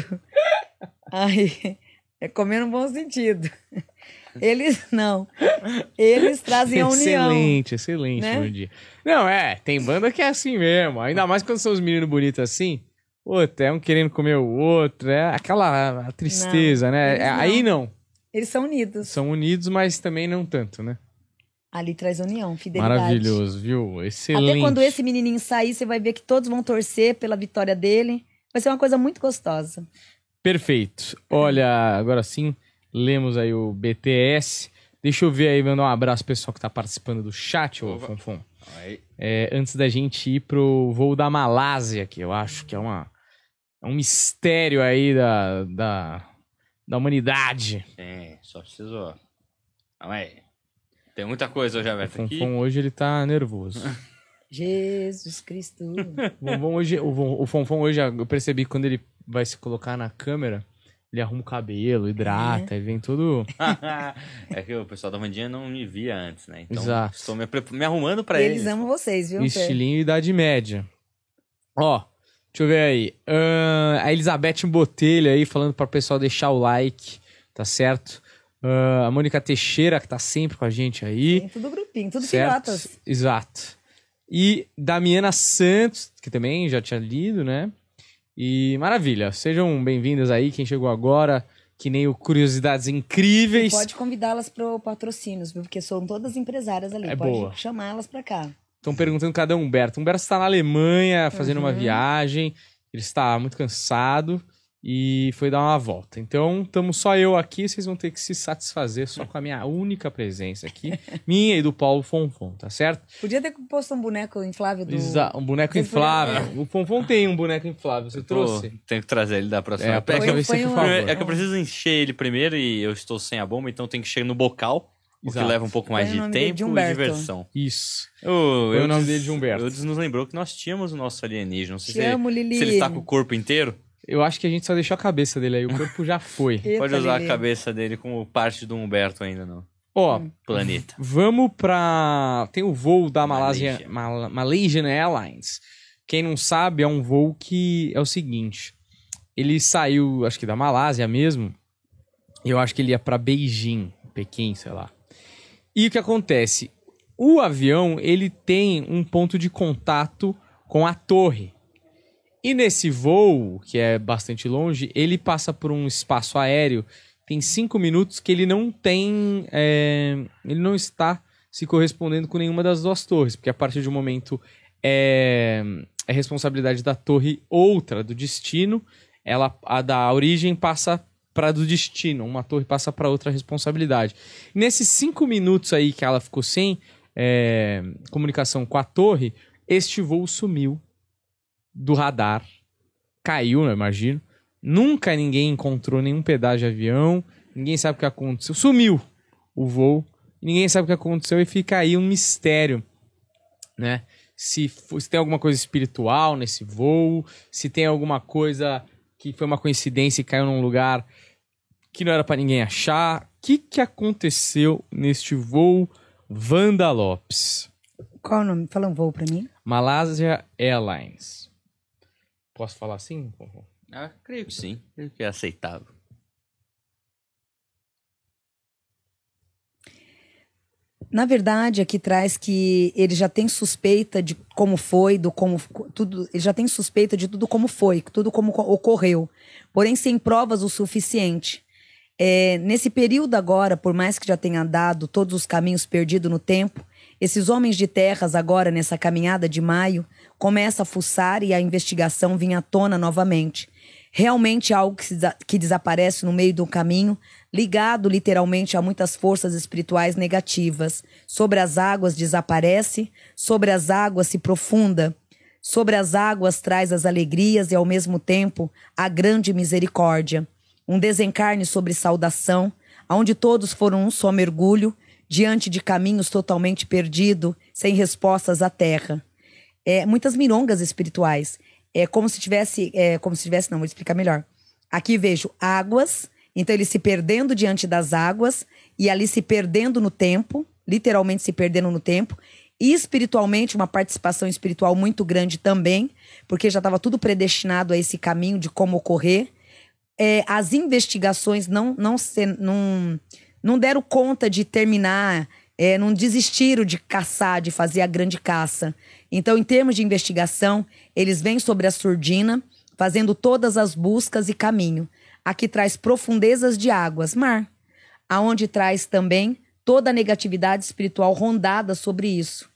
Aí, é comer no bom sentido. Eles não. Eles trazem a união. Excelente, excelente, né? meu dia. Não, é, tem banda que é assim mesmo. Ainda mais quando são os meninos bonitos assim. Outro, é um querendo comer o outro. É aquela tristeza, Não, né? eles É, aí não. Eles são unidos. São unidos, mas também não tanto, né? Ali traz união, fidelidade. Maravilhoso, viu? Excelente. Até quando esse menininho sair, você vai ver que todos vão torcer pela vitória dele. Vai ser uma coisa muito gostosa. Perfeito. Olha, agora sim, lemos aí o B T S. Deixa eu ver aí, mandar um abraço pro pessoal que tá participando do chat, ô Fonfon. É, antes da gente ir pro voo da Malásia, que eu acho que é, uma, é um mistério aí da, da, da humanidade. É, só preciso... Calma aí. Tem muita coisa hoje aberta O aqui. Fonfon hoje ele tá nervoso. Jesus Cristo. O Fonfon hoje, o, o Fonfon hoje, eu percebi que quando ele vai se colocar na câmera, ele arruma o cabelo, hidrata, É. ele vem todo... É que o pessoal da Vandinha não me via antes, né? Então, Exato. estou me, me arrumando pra eles. Eles amam vocês, viu, Fê? Estilinho Idade Média. Ó, deixa eu ver aí. Ahn, a Elizabeth Botelho aí falando para o pessoal deixar o like, tá certo? Ahn, a Mônica Teixeira, que tá sempre com a gente aí. Tem tudo grupinho, tudo certo? filhotas. Exato. E Damiana Santos, que também já tinha lido, né? E maravilha, sejam bem-vindas aí, quem chegou agora, que nem o Curiosidades Incríveis. Pode convidá-las para patrocínios, viu? Porque são todas empresárias ali. É Pode boa. chamá-las para cá. Estão perguntando cadê o Humberto. O Humberto está na Alemanha fazendo uma Uhum. viagem. Ele está muito cansado e foi dar uma volta. Então, estamos só eu aqui. Vocês vão ter que se satisfazer só com a minha única presença aqui. Minha e do Paulo Fonfon, tá certo? Podia ter posto um boneco inflável do... Exa- um boneco do- inflável. O Fonfon tem um boneco inflável. Você Tô- trouxe? Tenho que trazer ele da próxima. É, a é, próxima Foi- vez foi você, por um- favor. é que eu preciso encher ele primeiro e eu estou sem a bomba, então tem que encher no bocal. O que Exato. leva um pouco mais Põe o de nome dele tempo de e Humberto. diversão. Isso. Oh, Põe o nome Eudes- dele de Humberto. Eudes nos lembrou que nós tínhamos o nosso alienígena. Não sei Te se, amo, ele, Lili. se ele está com o corpo inteiro. Eu acho que a gente só deixou a cabeça dele aí. O corpo já foi. Eita, Pode usar Lili. a cabeça dele como parte do Humberto ainda no Ó, planeta. vamos pra... Tem o voo da Malásia, Malaysia. Mal- Malaysian Airlines. Quem não sabe, é um voo que é o seguinte. Ele saiu, acho que da Malásia mesmo. E eu acho que ele ia pra Beijing, Pequim, sei lá. E o que acontece? O avião, ele tem um ponto de contato com a torre. E nesse voo, que é bastante longe, ele passa por um espaço aéreo. Tem cinco minutos que ele não tem... é, ele não está se correspondendo com nenhuma das duas torres. Porque a partir de um momento é, é responsabilidade da torre outra, do destino. Ela, a da origem passa para do destino. Uma torre passa para outra responsabilidade. Nesses cinco minutos aí que ela ficou sem é, comunicação com a torre, este voo sumiu do radar. Caiu, eu imagino. Nunca ninguém encontrou nenhum pedaço de avião. Ninguém sabe o que aconteceu. Sumiu o voo. Ninguém sabe o que aconteceu e fica aí um mistério, né? Se, fo- se tem alguma coisa espiritual nesse voo, se tem alguma coisa que foi uma coincidência e caiu num lugar que não era pra ninguém achar. O que, que aconteceu neste voo Wanda Lopes? Qual o nome? Fala um voo pra mim. Malaysia Airlines. Posso falar assim? Ah, creio que sim. Creio que é aceitável. Na verdade, aqui traz que ele já tem suspeita de como foi, do como tudo, ele já tem suspeita de tudo como foi, tudo como co- ocorreu, porém sem provas o suficiente. É, nesse período agora, por mais que já tenha dado todos os caminhos perdidos no tempo, esses homens de terras agora nessa caminhada de maio começa a fuçar e a investigação vinha à tona novamente. Realmente algo que, se desa- que desaparece no meio do caminho, ligado literalmente a muitas forças espirituais negativas. Sobre as águas desaparece, sobre as águas se profunda, sobre as águas traz as alegrias e ao mesmo tempo a grande misericórdia. Um desencarne sobre saudação, onde todos foram um só mergulho, diante de caminhos totalmente perdidos, sem respostas à terra. É, muitas mirongas espirituais. é como se tivesse, é, como se tivesse, não, vou explicar melhor. Aqui vejo águas, então ele se perdendo diante das águas e ali se perdendo no tempo, literalmente se perdendo no tempo, e espiritualmente uma participação espiritual muito grande também, porque já estava tudo predestinado a esse caminho de como ocorrer. É, as investigações não, não, se, não, não deram conta de terminar, é, não desistiram de caçar, de fazer a grande caça. Então, em termos de investigação, eles vêm sobre a surdina, fazendo todas as buscas e caminho. Aqui traz profundezas de águas, mar, aonde traz também toda a negatividade espiritual rondada sobre isso.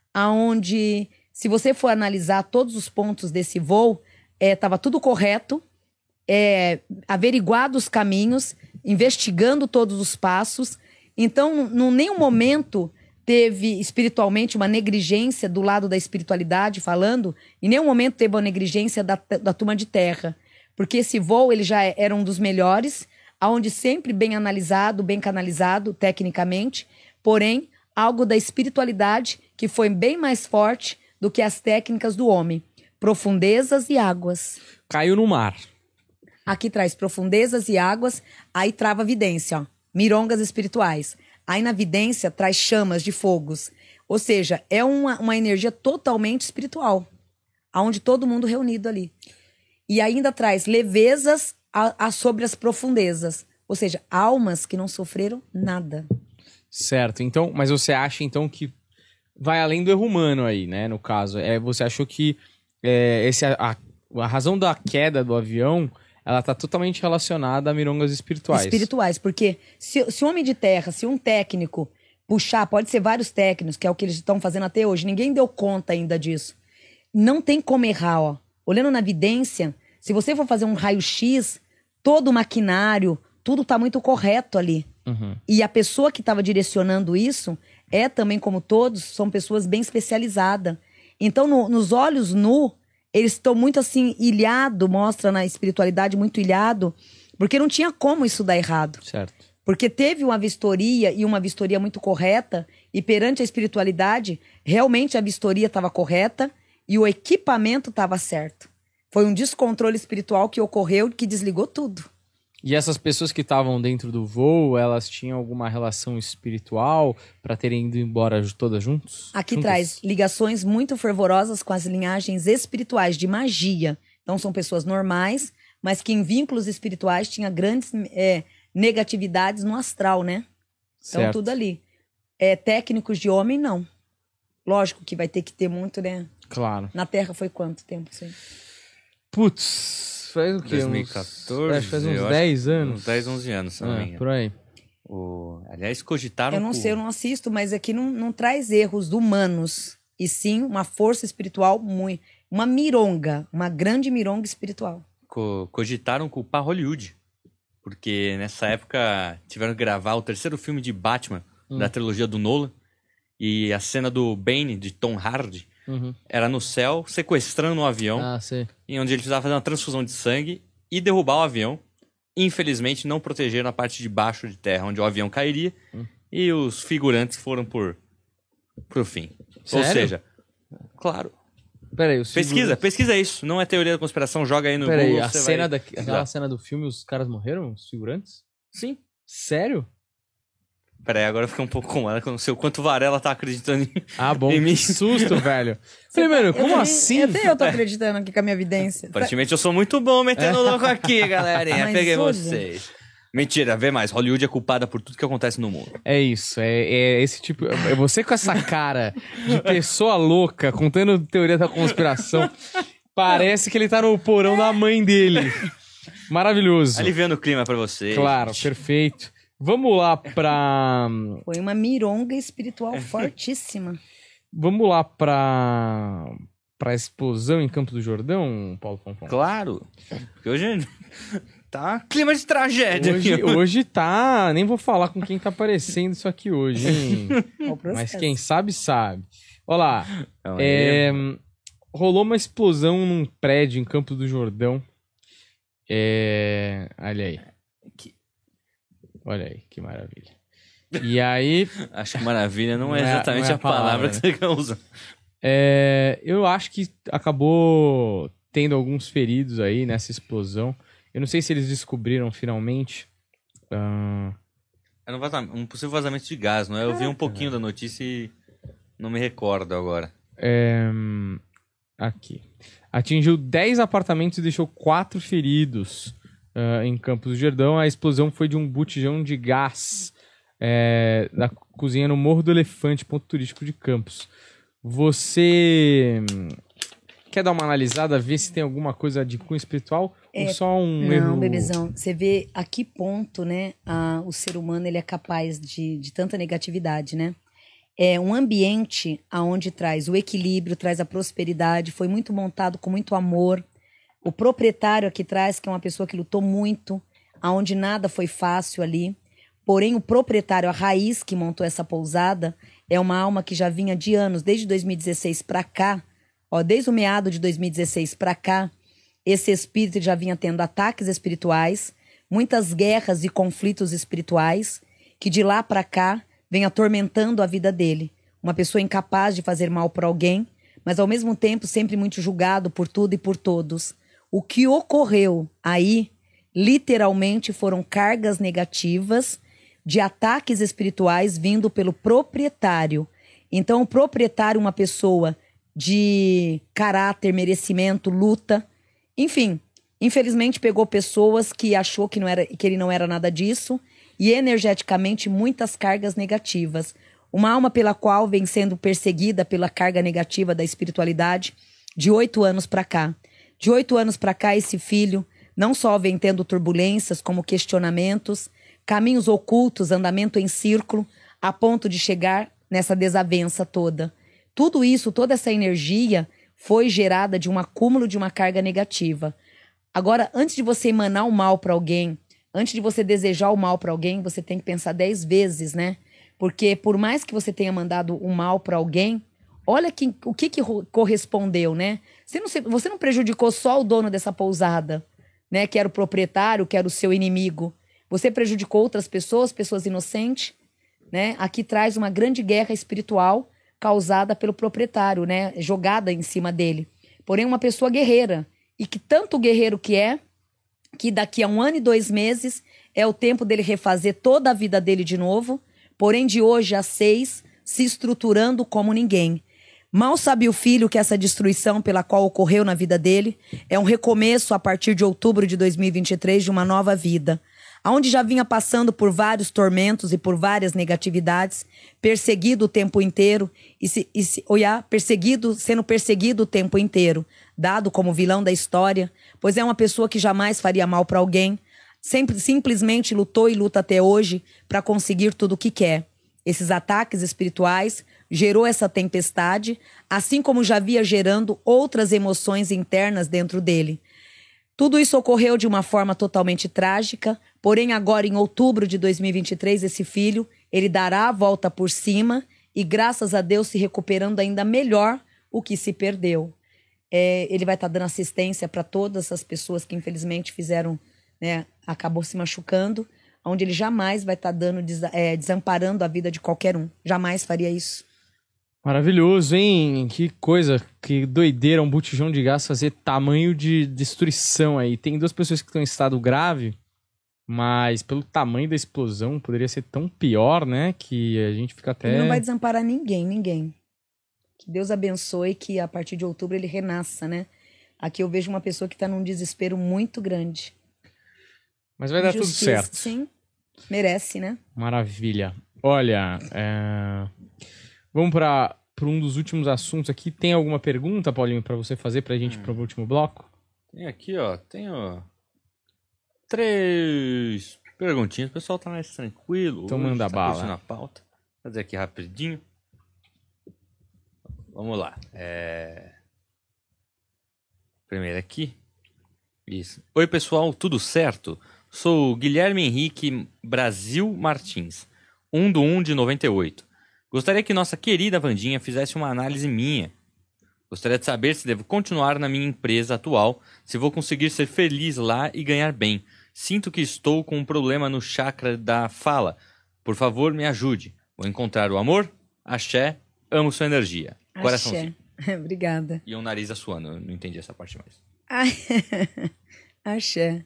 Aonde, se você for analisar todos os pontos desse voo, estava é, tudo correto, é, averiguado os caminhos, investigando todos os passos. Então, em nenhum momento teve espiritualmente uma negligência do lado da espiritualidade falando, em nenhum momento teve uma negligência da, da turma de terra. Porque esse voo ele já era um dos melhores, onde sempre bem analisado, bem canalizado tecnicamente, porém, algo da espiritualidade que foi bem mais forte do que as técnicas do homem. Profundezas e águas. Caiu no mar. Aqui traz profundezas e águas, aí trava a vidência, ó, mirongas espirituais. Aí na vidência traz chamas de fogos. Ou seja, é uma, uma energia totalmente espiritual, aonde todo mundo reunido ali. E ainda traz levezas a, a sobre as profundezas. Ou seja, almas que não sofreram nada. Certo. Então, mas você acha, então, que vai além do erro humano aí, né? No caso, é, você achou que é, esse, a, a razão da queda do avião, ela tá totalmente relacionada a mirongas espirituais. Espirituais, porque se, se o homem de terra, se um técnico puxar, pode ser vários técnicos, que é o que eles estão fazendo até hoje, ninguém deu conta ainda disso. Não tem como errar, ó. Olhando na vidência, se você for fazer um raio-x, todo o maquinário, tudo tá muito correto ali. Uhum. E a pessoa que estava direcionando isso é também, como todos, são pessoas bem especializadas. Então, no, nos olhos nu, eles estão muito assim, ilhado, mostra na espiritualidade muito ilhado, porque não tinha como isso dar errado. Certo. Porque teve uma vistoria e uma vistoria muito correta, e perante a espiritualidade, realmente a vistoria estava correta e o equipamento estava certo. Foi um descontrole espiritual que ocorreu que desligou tudo. E essas pessoas que estavam dentro do voo, elas tinham alguma relação espiritual para terem ido embora todas juntos? Aqui juntas? traz ligações muito fervorosas com as linhagens espirituais de magia. Então são pessoas normais, mas que em vínculos espirituais tinha grandes é, negatividades no astral, né? Então Certo. tudo ali. É, técnicos de homem, não. Lógico que vai ter que ter muito, né? Claro. Na Terra foi quanto tempo isso aí? Putz, faz o quê? dois mil e quatorze, Uns, acho que faz uns eu dez acho, anos. Uns dez, onze anos, se não me É, engano. por aí. O... Aliás, cogitaram... Eu não com- sei, eu não assisto, mas aqui não, não traz erros humanos. E sim uma força espiritual muito. Uma mironga, uma grande mironga espiritual. co- cogitaram culpar Hollywood. Porque nessa época tiveram que gravar o terceiro filme de Batman, Hum. da trilogia do Nolan. E a cena do Bane, de Tom Hardy, Uhum. era no céu, sequestrando um avião, Ah, sei. em onde ele precisava fazer uma transfusão de sangue e derrubar o avião. Infelizmente, não protegeram a parte de baixo de terra, onde o avião cairia. Hum. E os figurantes foram por pro fim. Ou Sério? seja, claro. Peraí, os Pesquisa, figurantes- pesquisa isso. Não é teoria da conspiração, joga aí no Peraí, Google. a você cena vai... da... aquela cena do filme, os caras morreram? Os figurantes? Sim. Sério? Peraí, agora eu fiquei um pouco com ela, que eu não sei o quanto Varela tá acreditando em... Ah, bom. Em mim. Que susto, velho. Falei, mano, Eu como também- assim? Até eu tô acreditando aqui com a minha evidência. Aparentemente eu sou muito bom metendo louco aqui, galerinha. Mas Peguei olha. vocês. Mentira, vê mais. Hollywood é culpada por tudo que acontece no mundo. É isso, é, é esse tipo... É você com essa cara de pessoa louca, contando teoria da conspiração, parece que ele tá no porão da mãe dele. Maravilhoso. Aliviando o clima pra vocês. Claro, perfeito. Vamos lá pra... Foi uma mironga espiritual fortíssima. Vamos lá pra... pra explosão em Campo do Jordão, Paulo Fonfon? Claro. Porque hoje tá clima de tragédia. Hoje, aqui. hoje tá... Nem vou falar com quem tá aparecendo isso aqui hoje, hein? Ao processo. Mas quem sabe, sabe. Olha lá. Então, É, aí, rolou uma explosão num prédio em Campo do Jordão. É, olha aí. Que- Olha aí, que maravilha. E aí, Acho que maravilha não é Não é- exatamente não é a a palavra palavra, que você quer usar. é, eu acho que acabou tendo alguns feridos aí nessa explosão. Eu não sei se eles descobriram finalmente. Uh... Era um, vazamento, um possível vazamento de gás, não é? Eu vi um pouquinho da notícia e não me recordo agora. É... Aqui. Atingiu dez apartamentos e deixou quatro feridos uh, em Campos do Jordão. A explosão foi de um botijão de gás é, da cozinha no Morro do Elefante, ponto turístico de Campos. Você quer dar uma analisada, ver se tem alguma coisa de cunho espiritual é, ou só um não, erro? Não, bebezão. Você vê a que ponto, né, a, o ser humano ele é capaz de, de tanta negatividade, né? É um ambiente onde traz o equilíbrio, traz a prosperidade, foi muito montado com muito amor. O proprietário aqui traz, que é uma pessoa que lutou muito, aonde nada foi fácil ali. Porém, o proprietário, a raiz que montou essa pousada, é uma alma que já vinha de anos, desde dois mil e dezesseis para cá, ó, desde o meado de dois mil e dezesseis para cá, esse espírito já vinha tendo ataques espirituais, muitas guerras e conflitos espirituais, que de lá para cá vem atormentando a vida dele. Uma pessoa incapaz de fazer mal para alguém, mas ao mesmo tempo sempre muito julgado por tudo e por todos. O que ocorreu aí, literalmente, foram cargas negativas de ataques espirituais vindo pelo proprietário. Então, o proprietário, uma pessoa de caráter, merecimento, luta, enfim, infelizmente pegou pessoas que achou que, não era, que ele não era nada disso, e energeticamente muitas cargas negativas. Uma alma pela qual vem sendo perseguida pela carga negativa da espiritualidade de oito anos para cá. De oito anos para cá, esse filho não só vem tendo turbulências, como questionamentos, caminhos ocultos, andamento em círculo, a ponto de chegar nessa desavença toda. Tudo isso, toda essa energia foi gerada de um acúmulo de uma carga negativa. Agora, antes de você emanar o mal para alguém, antes de você desejar o mal para alguém, você tem que pensar dez vezes, né? Porque por mais que você tenha mandado o mal para alguém, olha que, o que, que correspondeu, né? Você não, você não prejudicou só o dono dessa pousada, né? Que era o proprietário, que era o seu inimigo. Você prejudicou outras pessoas, pessoas inocentes, né? Aqui traz uma grande guerra espiritual causada pelo proprietário, né? Jogada em cima dele. Porém, uma pessoa guerreira. E que tanto guerreiro que é, que daqui a um ano e dois meses é o tempo dele refazer toda a vida dele de novo, porém de hoje a seis, se estruturando como ninguém. Mal sabe o filho que essa destruição pela qual ocorreu na vida dele é um recomeço a partir de outubro de dois mil e vinte e três de uma nova vida, onde já vinha passando por vários tormentos e por várias negatividades, perseguido o tempo inteiro, e se, e se olhar, perseguido, sendo perseguido o tempo inteiro, dado como vilão da história, pois é uma pessoa que jamais faria mal para alguém, sempre, simplesmente lutou e luta até hoje para conseguir tudo o que quer. Esses ataques espirituais gerou essa tempestade, assim como já via gerando outras emoções internas dentro dele. Tudo isso ocorreu de uma forma totalmente trágica, porém agora em outubro de dois mil e vinte e três, esse filho, ele dará a volta por cima e graças a Deus se recuperando ainda melhor o que se perdeu. É, ele vai estar dando assistência para todas as pessoas que infelizmente fizeram, né, acabou se machucando, onde ele jamais vai estar dando, é, desamparando a vida de qualquer um. Jamais faria isso. Maravilhoso, hein? Que coisa, que doideira, um botijão de gás fazer tamanho de destruição aí. Tem duas pessoas que estão em estado grave, mas pelo tamanho da explosão poderia ser tão pior, né? Que a gente fica até... Ele não vai desamparar ninguém, ninguém. Que Deus abençoe que a partir de outubro ele renasça, né? Aqui eu vejo uma pessoa que está num desespero muito grande. Mas vai dar tudo certo. Sim, merece, né? Maravilha. Olha, é... vamos para um dos últimos assuntos aqui. Tem alguma pergunta, Paulinho, para você fazer para a gente hum. para o último bloco? Tem aqui, ó. Tenho três perguntinhas. O pessoal tá mais tranquilo. Então manda tá bala. Na pauta. Vou fazer aqui rapidinho. Vamos lá. É... Primeiro aqui. Isso. Oi, pessoal. Tudo certo? Sou Guilherme Henrique Brasil Martins. um do um de noventa e oito. Gostaria que nossa querida Wandinha fizesse uma análise minha. Gostaria de saber se devo continuar na minha empresa atual, se vou conseguir ser feliz lá e ganhar bem. Sinto que estou com um problema no chakra da fala. Por favor, me ajude. Vou encontrar o amor? Axé. Amo sua energia. Coraçãozinho. Obrigada. E o nariz assoando. Eu não entendi essa parte mais. Axé.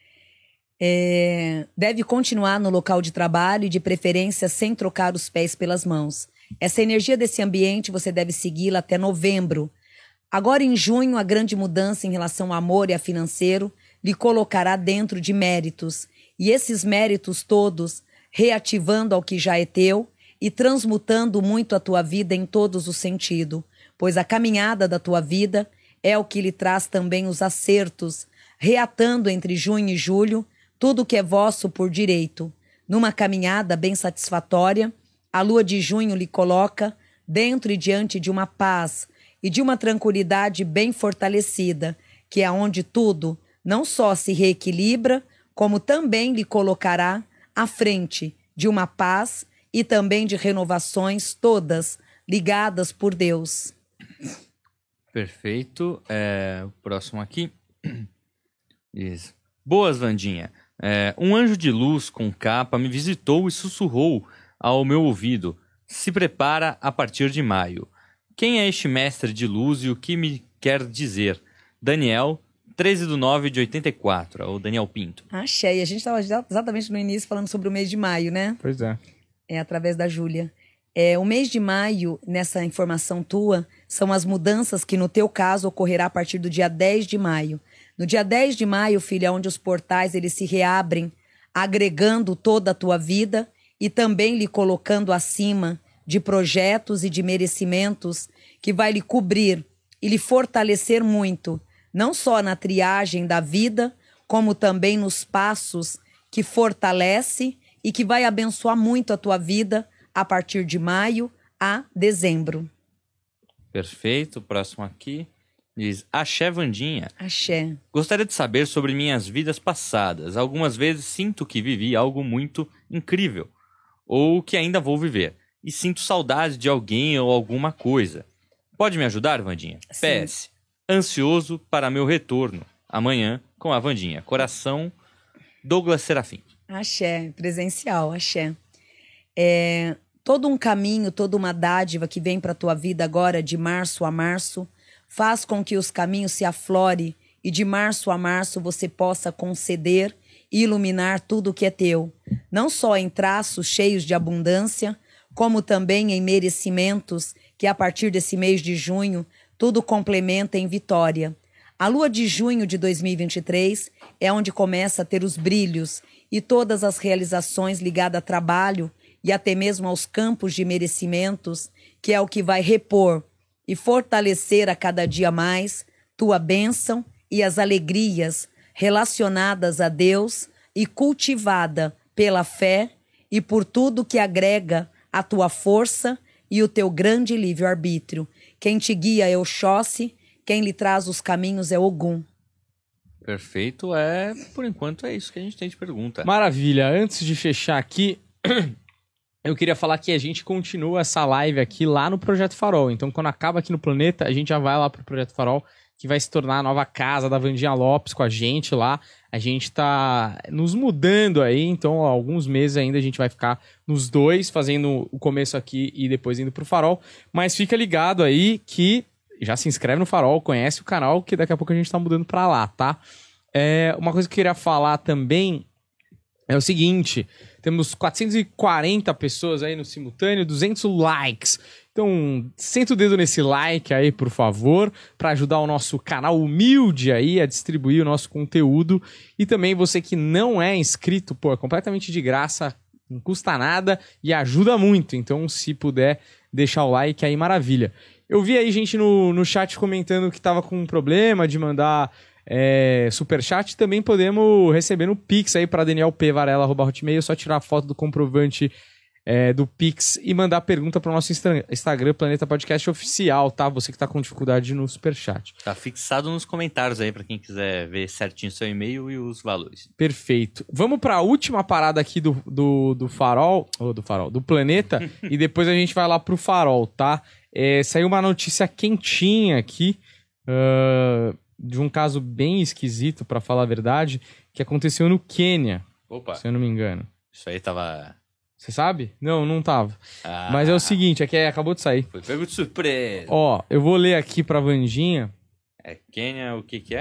É, deve continuar no local de trabalho e de preferência sem trocar os pés pelas mãos. Essa energia desse ambiente você deve segui-la até novembro. Agora em junho, a grande mudança em relação ao amor e a financeiro lhe colocará dentro de méritos. E esses méritos todos, reativando ao que já é teu e transmutando muito a tua vida em todos os sentidos. Pois a caminhada da tua vida é o que lhe traz também os acertos, reatando entre junho e julho tudo que é vosso por direito. Numa caminhada bem satisfatória, a lua de junho lhe coloca dentro e diante de uma paz e de uma tranquilidade bem fortalecida, que é onde tudo não só se reequilibra, como também lhe colocará à frente de uma paz e também de renovações todas ligadas por Deus. Perfeito. É, o próximo aqui. Isso. Boas, Vandinha. É, um anjo de luz com capa me visitou e sussurrou ao meu ouvido: se prepara a partir de maio. Quem é este mestre de luz e o que me quer dizer? Daniel, treze de nove de oitenta e quatro, ou Daniel Pinto. Achei. A gente estava exatamente no início falando sobre o mês de maio, né? Pois é. É através da Júlia. É, o mês de maio, nessa informação tua, são as mudanças que no teu caso ocorrerá a partir do dia dez de maio. No dia dez de maio, filho, é onde os portais eles se reabrem, agregando toda a tua vida e também lhe colocando acima de projetos e de merecimentos que vai lhe cobrir e lhe fortalecer muito, não só na triagem da vida, como também nos passos que fortalece e que vai abençoar muito a tua vida a partir de maio a dezembro. Perfeito. Próximo aqui. Diz: Axé, Vandinha. Axé. Gostaria de saber sobre minhas vidas passadas. Algumas vezes sinto que vivi algo muito incrível, ou que ainda vou viver, e sinto saudade de alguém ou alguma coisa. Pode me ajudar, Vandinha? Sim. P S. Ansioso para meu retorno. Amanhã com a Vandinha. Coração, Douglas Serafim. Axé. Presencial, axé. É, todo um caminho, toda uma dádiva que vem para a tua vida agora, de março a março, faz com que os caminhos se aflore e de março a março você possa conceder e iluminar tudo o que é teu. Não só em traços cheios de abundância, como também em merecimentos que a partir desse mês de junho tudo complementa em vitória. A lua de junho de dois mil e vinte e três é onde começa a ter os brilhos e todas as realizações ligadas a trabalho e até mesmo aos campos de merecimentos, que é o que vai repor e fortalecer a cada dia mais tua bênção e as alegrias relacionadas a Deus e cultivada pela fé e por tudo que agrega a tua força e o teu grande livre-arbítrio. Quem te guia é Oxóssi, quem lhe traz os caminhos é Ogum. Perfeito. É, por enquanto é isso que a gente tem de pergunta. Maravilha. Antes de fechar aqui, eu queria falar que a gente continua essa live aqui lá no Projeto Farol. Então, quando acaba aqui no Planeta, a gente já vai lá pro Projeto Farol, que vai se tornar a nova casa da Vandinha Lopes com a gente lá. A gente tá nos mudando aí, então há alguns meses ainda a gente vai ficar nos dois, fazendo o começo aqui e depois indo pro Farol. Mas fica ligado aí que já se inscreve no Farol, conhece o canal, que daqui a pouco a gente tá mudando pra lá, tá? É, uma coisa que eu queria falar também é o seguinte: temos quatrocentas e quarenta pessoas aí no simultâneo, duzentos likes. Então, senta o dedo nesse like aí, por favor, para ajudar o nosso canal humilde aí a distribuir o nosso conteúdo. E também você que não é inscrito, pô, é completamente de graça, não custa nada e ajuda muito. Então, se puder deixar o like aí, maravilha. Eu vi aí gente no, no chat comentando que tava com um problema de mandar é, superchat. Também podemos receber no Pix aí para daniel p varela arroba hotmail. É só tirar a foto do comprovante é, do Pix e mandar pergunta para o nosso Instagram, Planeta Podcast Oficial, tá? Você que tá com dificuldade no superchat. Tá fixado nos comentários aí para quem quiser ver certinho seu e-mail e os valores. Perfeito. Vamos para a última parada aqui do, do, do Farol, ou do Farol, do Planeta, e depois a gente vai lá pro Farol, tá? É, saiu uma notícia quentinha aqui, uh, de um caso bem esquisito, para falar a verdade, que aconteceu no Quênia. Opa. Se eu não me engano. Isso aí tava... Você sabe? Não, não tava. Ah, Mas é o seguinte, é que acabou de sair. Foi pego de surpresa. Ó, eu vou ler aqui pra Vandinha. É Quênia, o que que é?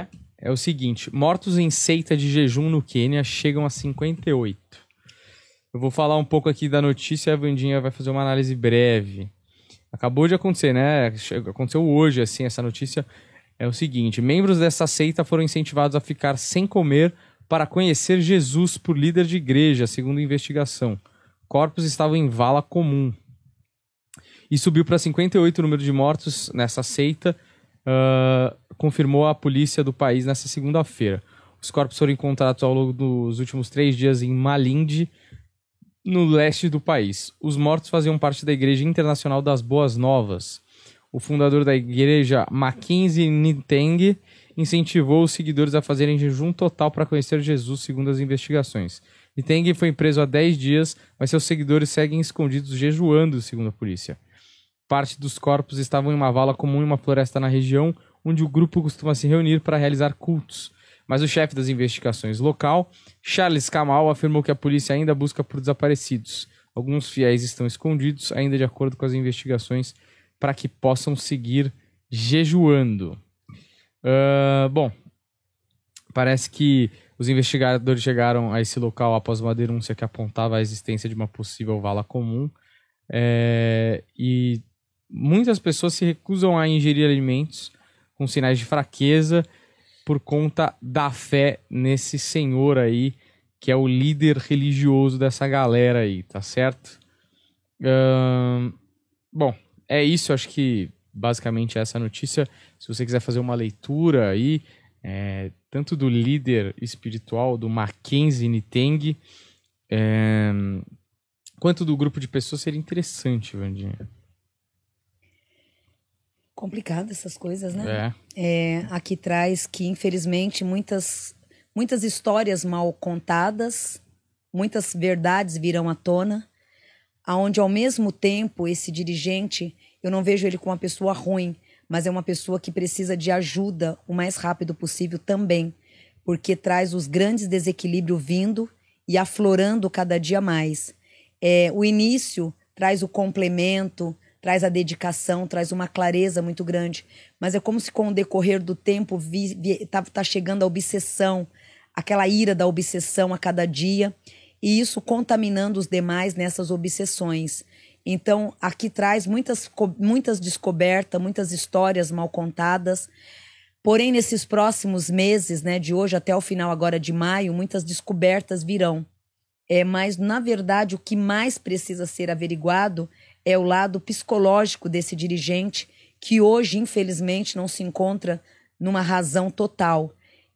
é o seguinte: mortos em seita de jejum no Quênia chegam a cinquenta e oito. Eu vou falar um pouco aqui da notícia e a Vandinha vai fazer uma análise breve. Acabou de acontecer, né? Aconteceu hoje, assim, essa notícia. É o seguinte: membros dessa seita foram incentivados a ficar sem comer para conhecer Jesus por líder de igreja, segundo a investigação. Corpos estavam em vala comum. E subiu para cinquenta e oito o número de mortos nessa seita, uh, confirmou a polícia do país nessa segunda-feira. Os corpos foram encontrados ao longo dos últimos três dias em Malindi, no leste do país. Os mortos faziam parte da Igreja Internacional das Boas Novas. O fundador da igreja, Mackenzie Ninteng, incentivou os seguidores a fazerem jejum total para conhecer Jesus, segundo as investigações. Ninteng foi preso há dez dias, mas seus seguidores seguem escondidos jejuando, segundo a polícia. Parte dos corpos estavam em uma vala comum em uma floresta na região, onde o grupo costuma se reunir para realizar cultos. Mas o chefe das investigações local, Charles Kamal, afirmou que a polícia ainda busca por desaparecidos. Alguns fiéis estão escondidos, ainda de acordo com as investigações, para que possam seguir jejuando. Uh, bom, parece que os investigadores chegaram a esse local após uma denúncia que apontava a existência de uma possível vala comum. É, e muitas pessoas se recusam a ingerir alimentos com sinais de fraqueza por conta da fé nesse senhor aí, que é o líder religioso dessa galera aí, tá certo? Uh, bom, é isso, acho que basicamente essa notícia. Se você quiser fazer uma leitura aí, é, tanto do líder espiritual, do Mackenzie Ninteng, é, quanto do grupo de pessoas, seria interessante, Vandinha. Complicado essas coisas, É. É, aqui traz que, infelizmente, muitas, muitas histórias mal contadas, muitas verdades virão à tona, aonde ao mesmo tempo esse dirigente, eu não vejo ele como uma pessoa ruim, mas é uma pessoa que precisa de ajuda o mais rápido possível também, porque traz os grandes desequilíbrios vindo e aflorando cada dia mais. É, o início traz o complemento, traz a dedicação, traz uma clareza muito grande, mas é como se com o decorrer do tempo vi, vi, tá, tá chegando a obsessão, aquela ira da obsessão a cada dia, e isso contaminando os demais nessas obsessões. Então, aqui traz muitas, muitas descobertas, muitas histórias mal contadas. Porém, nesses próximos meses, né, de hoje até o final agora de maio, muitas descobertas virão. É, mas, na verdade, o que mais precisa ser averiguado é o lado psicológico desse dirigente, que hoje, infelizmente, não se encontra numa razão total.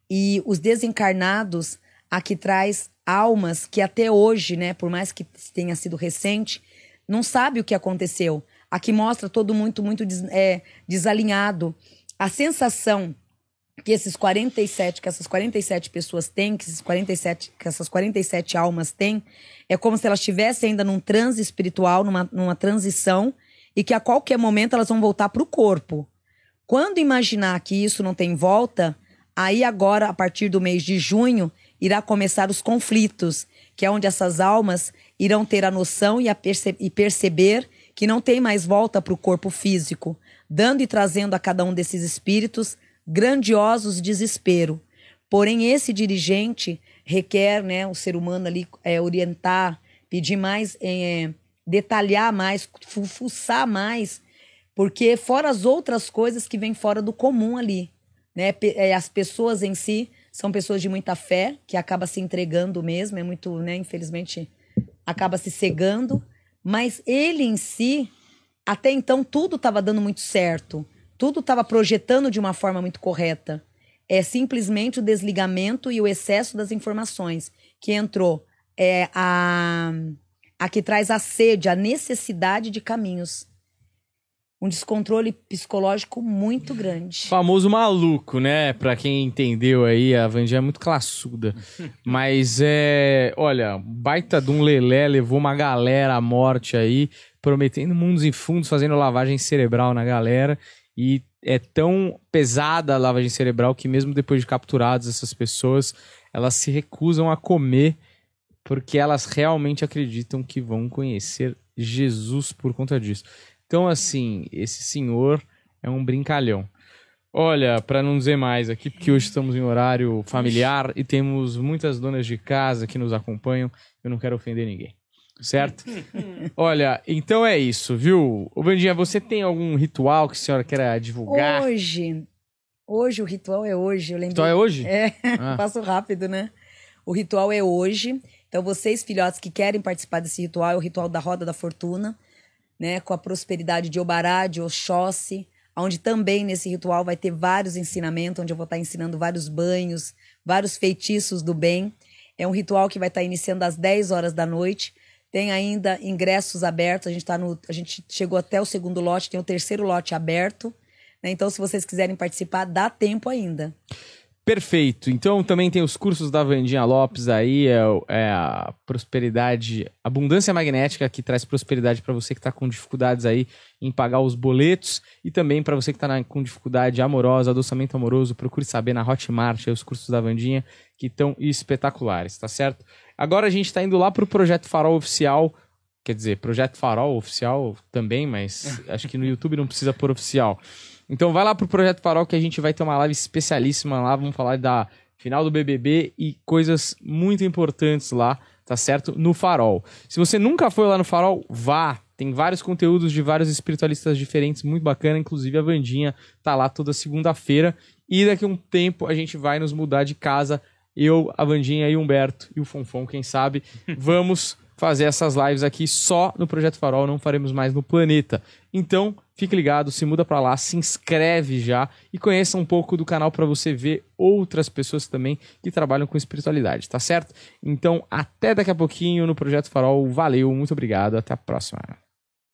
E os desencarnados, aqui traz almas que até hoje, né, por mais que tenha sido recente, não sabe o que aconteceu. Aqui mostra todo muito, muito des, é, desalinhado. A sensação que esses quarenta e sete, que essas quarenta e sete pessoas têm, que, esses quarenta e sete, que essas quarenta e sete almas têm, é como se elas estivessem ainda num transe espiritual, numa, numa transição, e que a qualquer momento elas vão voltar para o corpo. Quando imaginar que isso não tem volta, aí agora, a partir do mês de junho, irá começar os conflitos, que é onde essas almas irão ter a noção e, a perce- e perceber que não tem mais volta para o corpo físico, dando e trazendo a cada um desses espíritos grandiosos desespero. Porém, esse dirigente requer, né, o ser humano ali é, orientar, pedir mais, é, detalhar mais, fu- fuçar mais, porque fora as outras coisas que vêm fora do comum ali, né, Pe- é, as pessoas em si são pessoas de muita fé, que acaba se entregando mesmo, é muito, né, infelizmente, acaba se cegando, mas ele em si, até então tudo estava dando muito certo, tudo estava projetando de uma forma muito correta. É simplesmente o desligamento e o excesso das informações que entrou, é, a, a que traz a sede, a necessidade de caminhos. Um descontrole psicológico muito grande. Famoso maluco, né? Pra quem entendeu aí, a Vandinha é muito classuda. Mas é... Olha, baita de um lelé, levou uma galera à morte aí, prometendo mundos e fundos, fazendo lavagem cerebral na galera. E é tão pesada a lavagem cerebral que mesmo depois de capturadas essas pessoas, elas se recusam a comer porque elas realmente acreditam que vão conhecer Jesus por conta disso. Então, assim, esse senhor é um brincalhão. Olha, para não dizer mais aqui, porque hoje estamos em horário familiar e temos muitas donas de casa que nos acompanham, eu não quero ofender ninguém, certo? Olha, então é isso, viu? Ô, Vandinha, você tem algum ritual que a senhora queira divulgar? Hoje, hoje o ritual é hoje, eu lembro. O ritual é hoje? É, Ah. passo rápido, né? O ritual é hoje, então vocês, filhotes, que querem participar desse ritual, é o ritual da Roda da Fortuna, né? Com a prosperidade de Obará, de Oxóssi, onde também nesse ritual vai ter vários ensinamentos, onde eu vou estar ensinando vários banhos, vários feitiços do bem. É um ritual que vai estar iniciando às dez horas da noite. Tem ainda ingressos abertos, a gente, tá no, a gente chegou até o segundo lote, tem o terceiro lote aberto. Né? Então, se vocês quiserem participar, dá tempo ainda. Perfeito. Então também tem os cursos da Vandinha Lopes aí, é, é a prosperidade, abundância magnética, que traz prosperidade para você que está com dificuldades aí em pagar os boletos, e também para você que está com dificuldade amorosa, adoçamento amoroso, procure saber na Hotmart aí, os cursos da Vandinha, que estão espetaculares, tá certo? Agora a gente está indo lá para o Projeto Farol Oficial, quer dizer, Projeto Farol Oficial também, mas acho que no YouTube não precisa pôr oficial. Então vai lá pro Projeto Farol que a gente vai ter uma live especialíssima lá, vamos falar da final do B B B e coisas muito importantes lá, tá certo? No Farol. Se você nunca foi lá no Farol, vá! Tem vários conteúdos de vários espiritualistas diferentes, muito bacana, inclusive a Vandinha tá lá toda segunda-feira, e daqui a um tempo a gente vai nos mudar de casa, eu, a Vandinha e o Humberto e o Fonfon, quem sabe, vamos fazer essas lives aqui só no Projeto Farol, não faremos mais no Planeta. Então, fique ligado, se muda pra lá, se inscreve já e conheça um pouco do canal para você ver outras pessoas também que trabalham com espiritualidade, tá certo? Então, até daqui a pouquinho no Projeto Farol. Valeu, muito obrigado, até a próxima.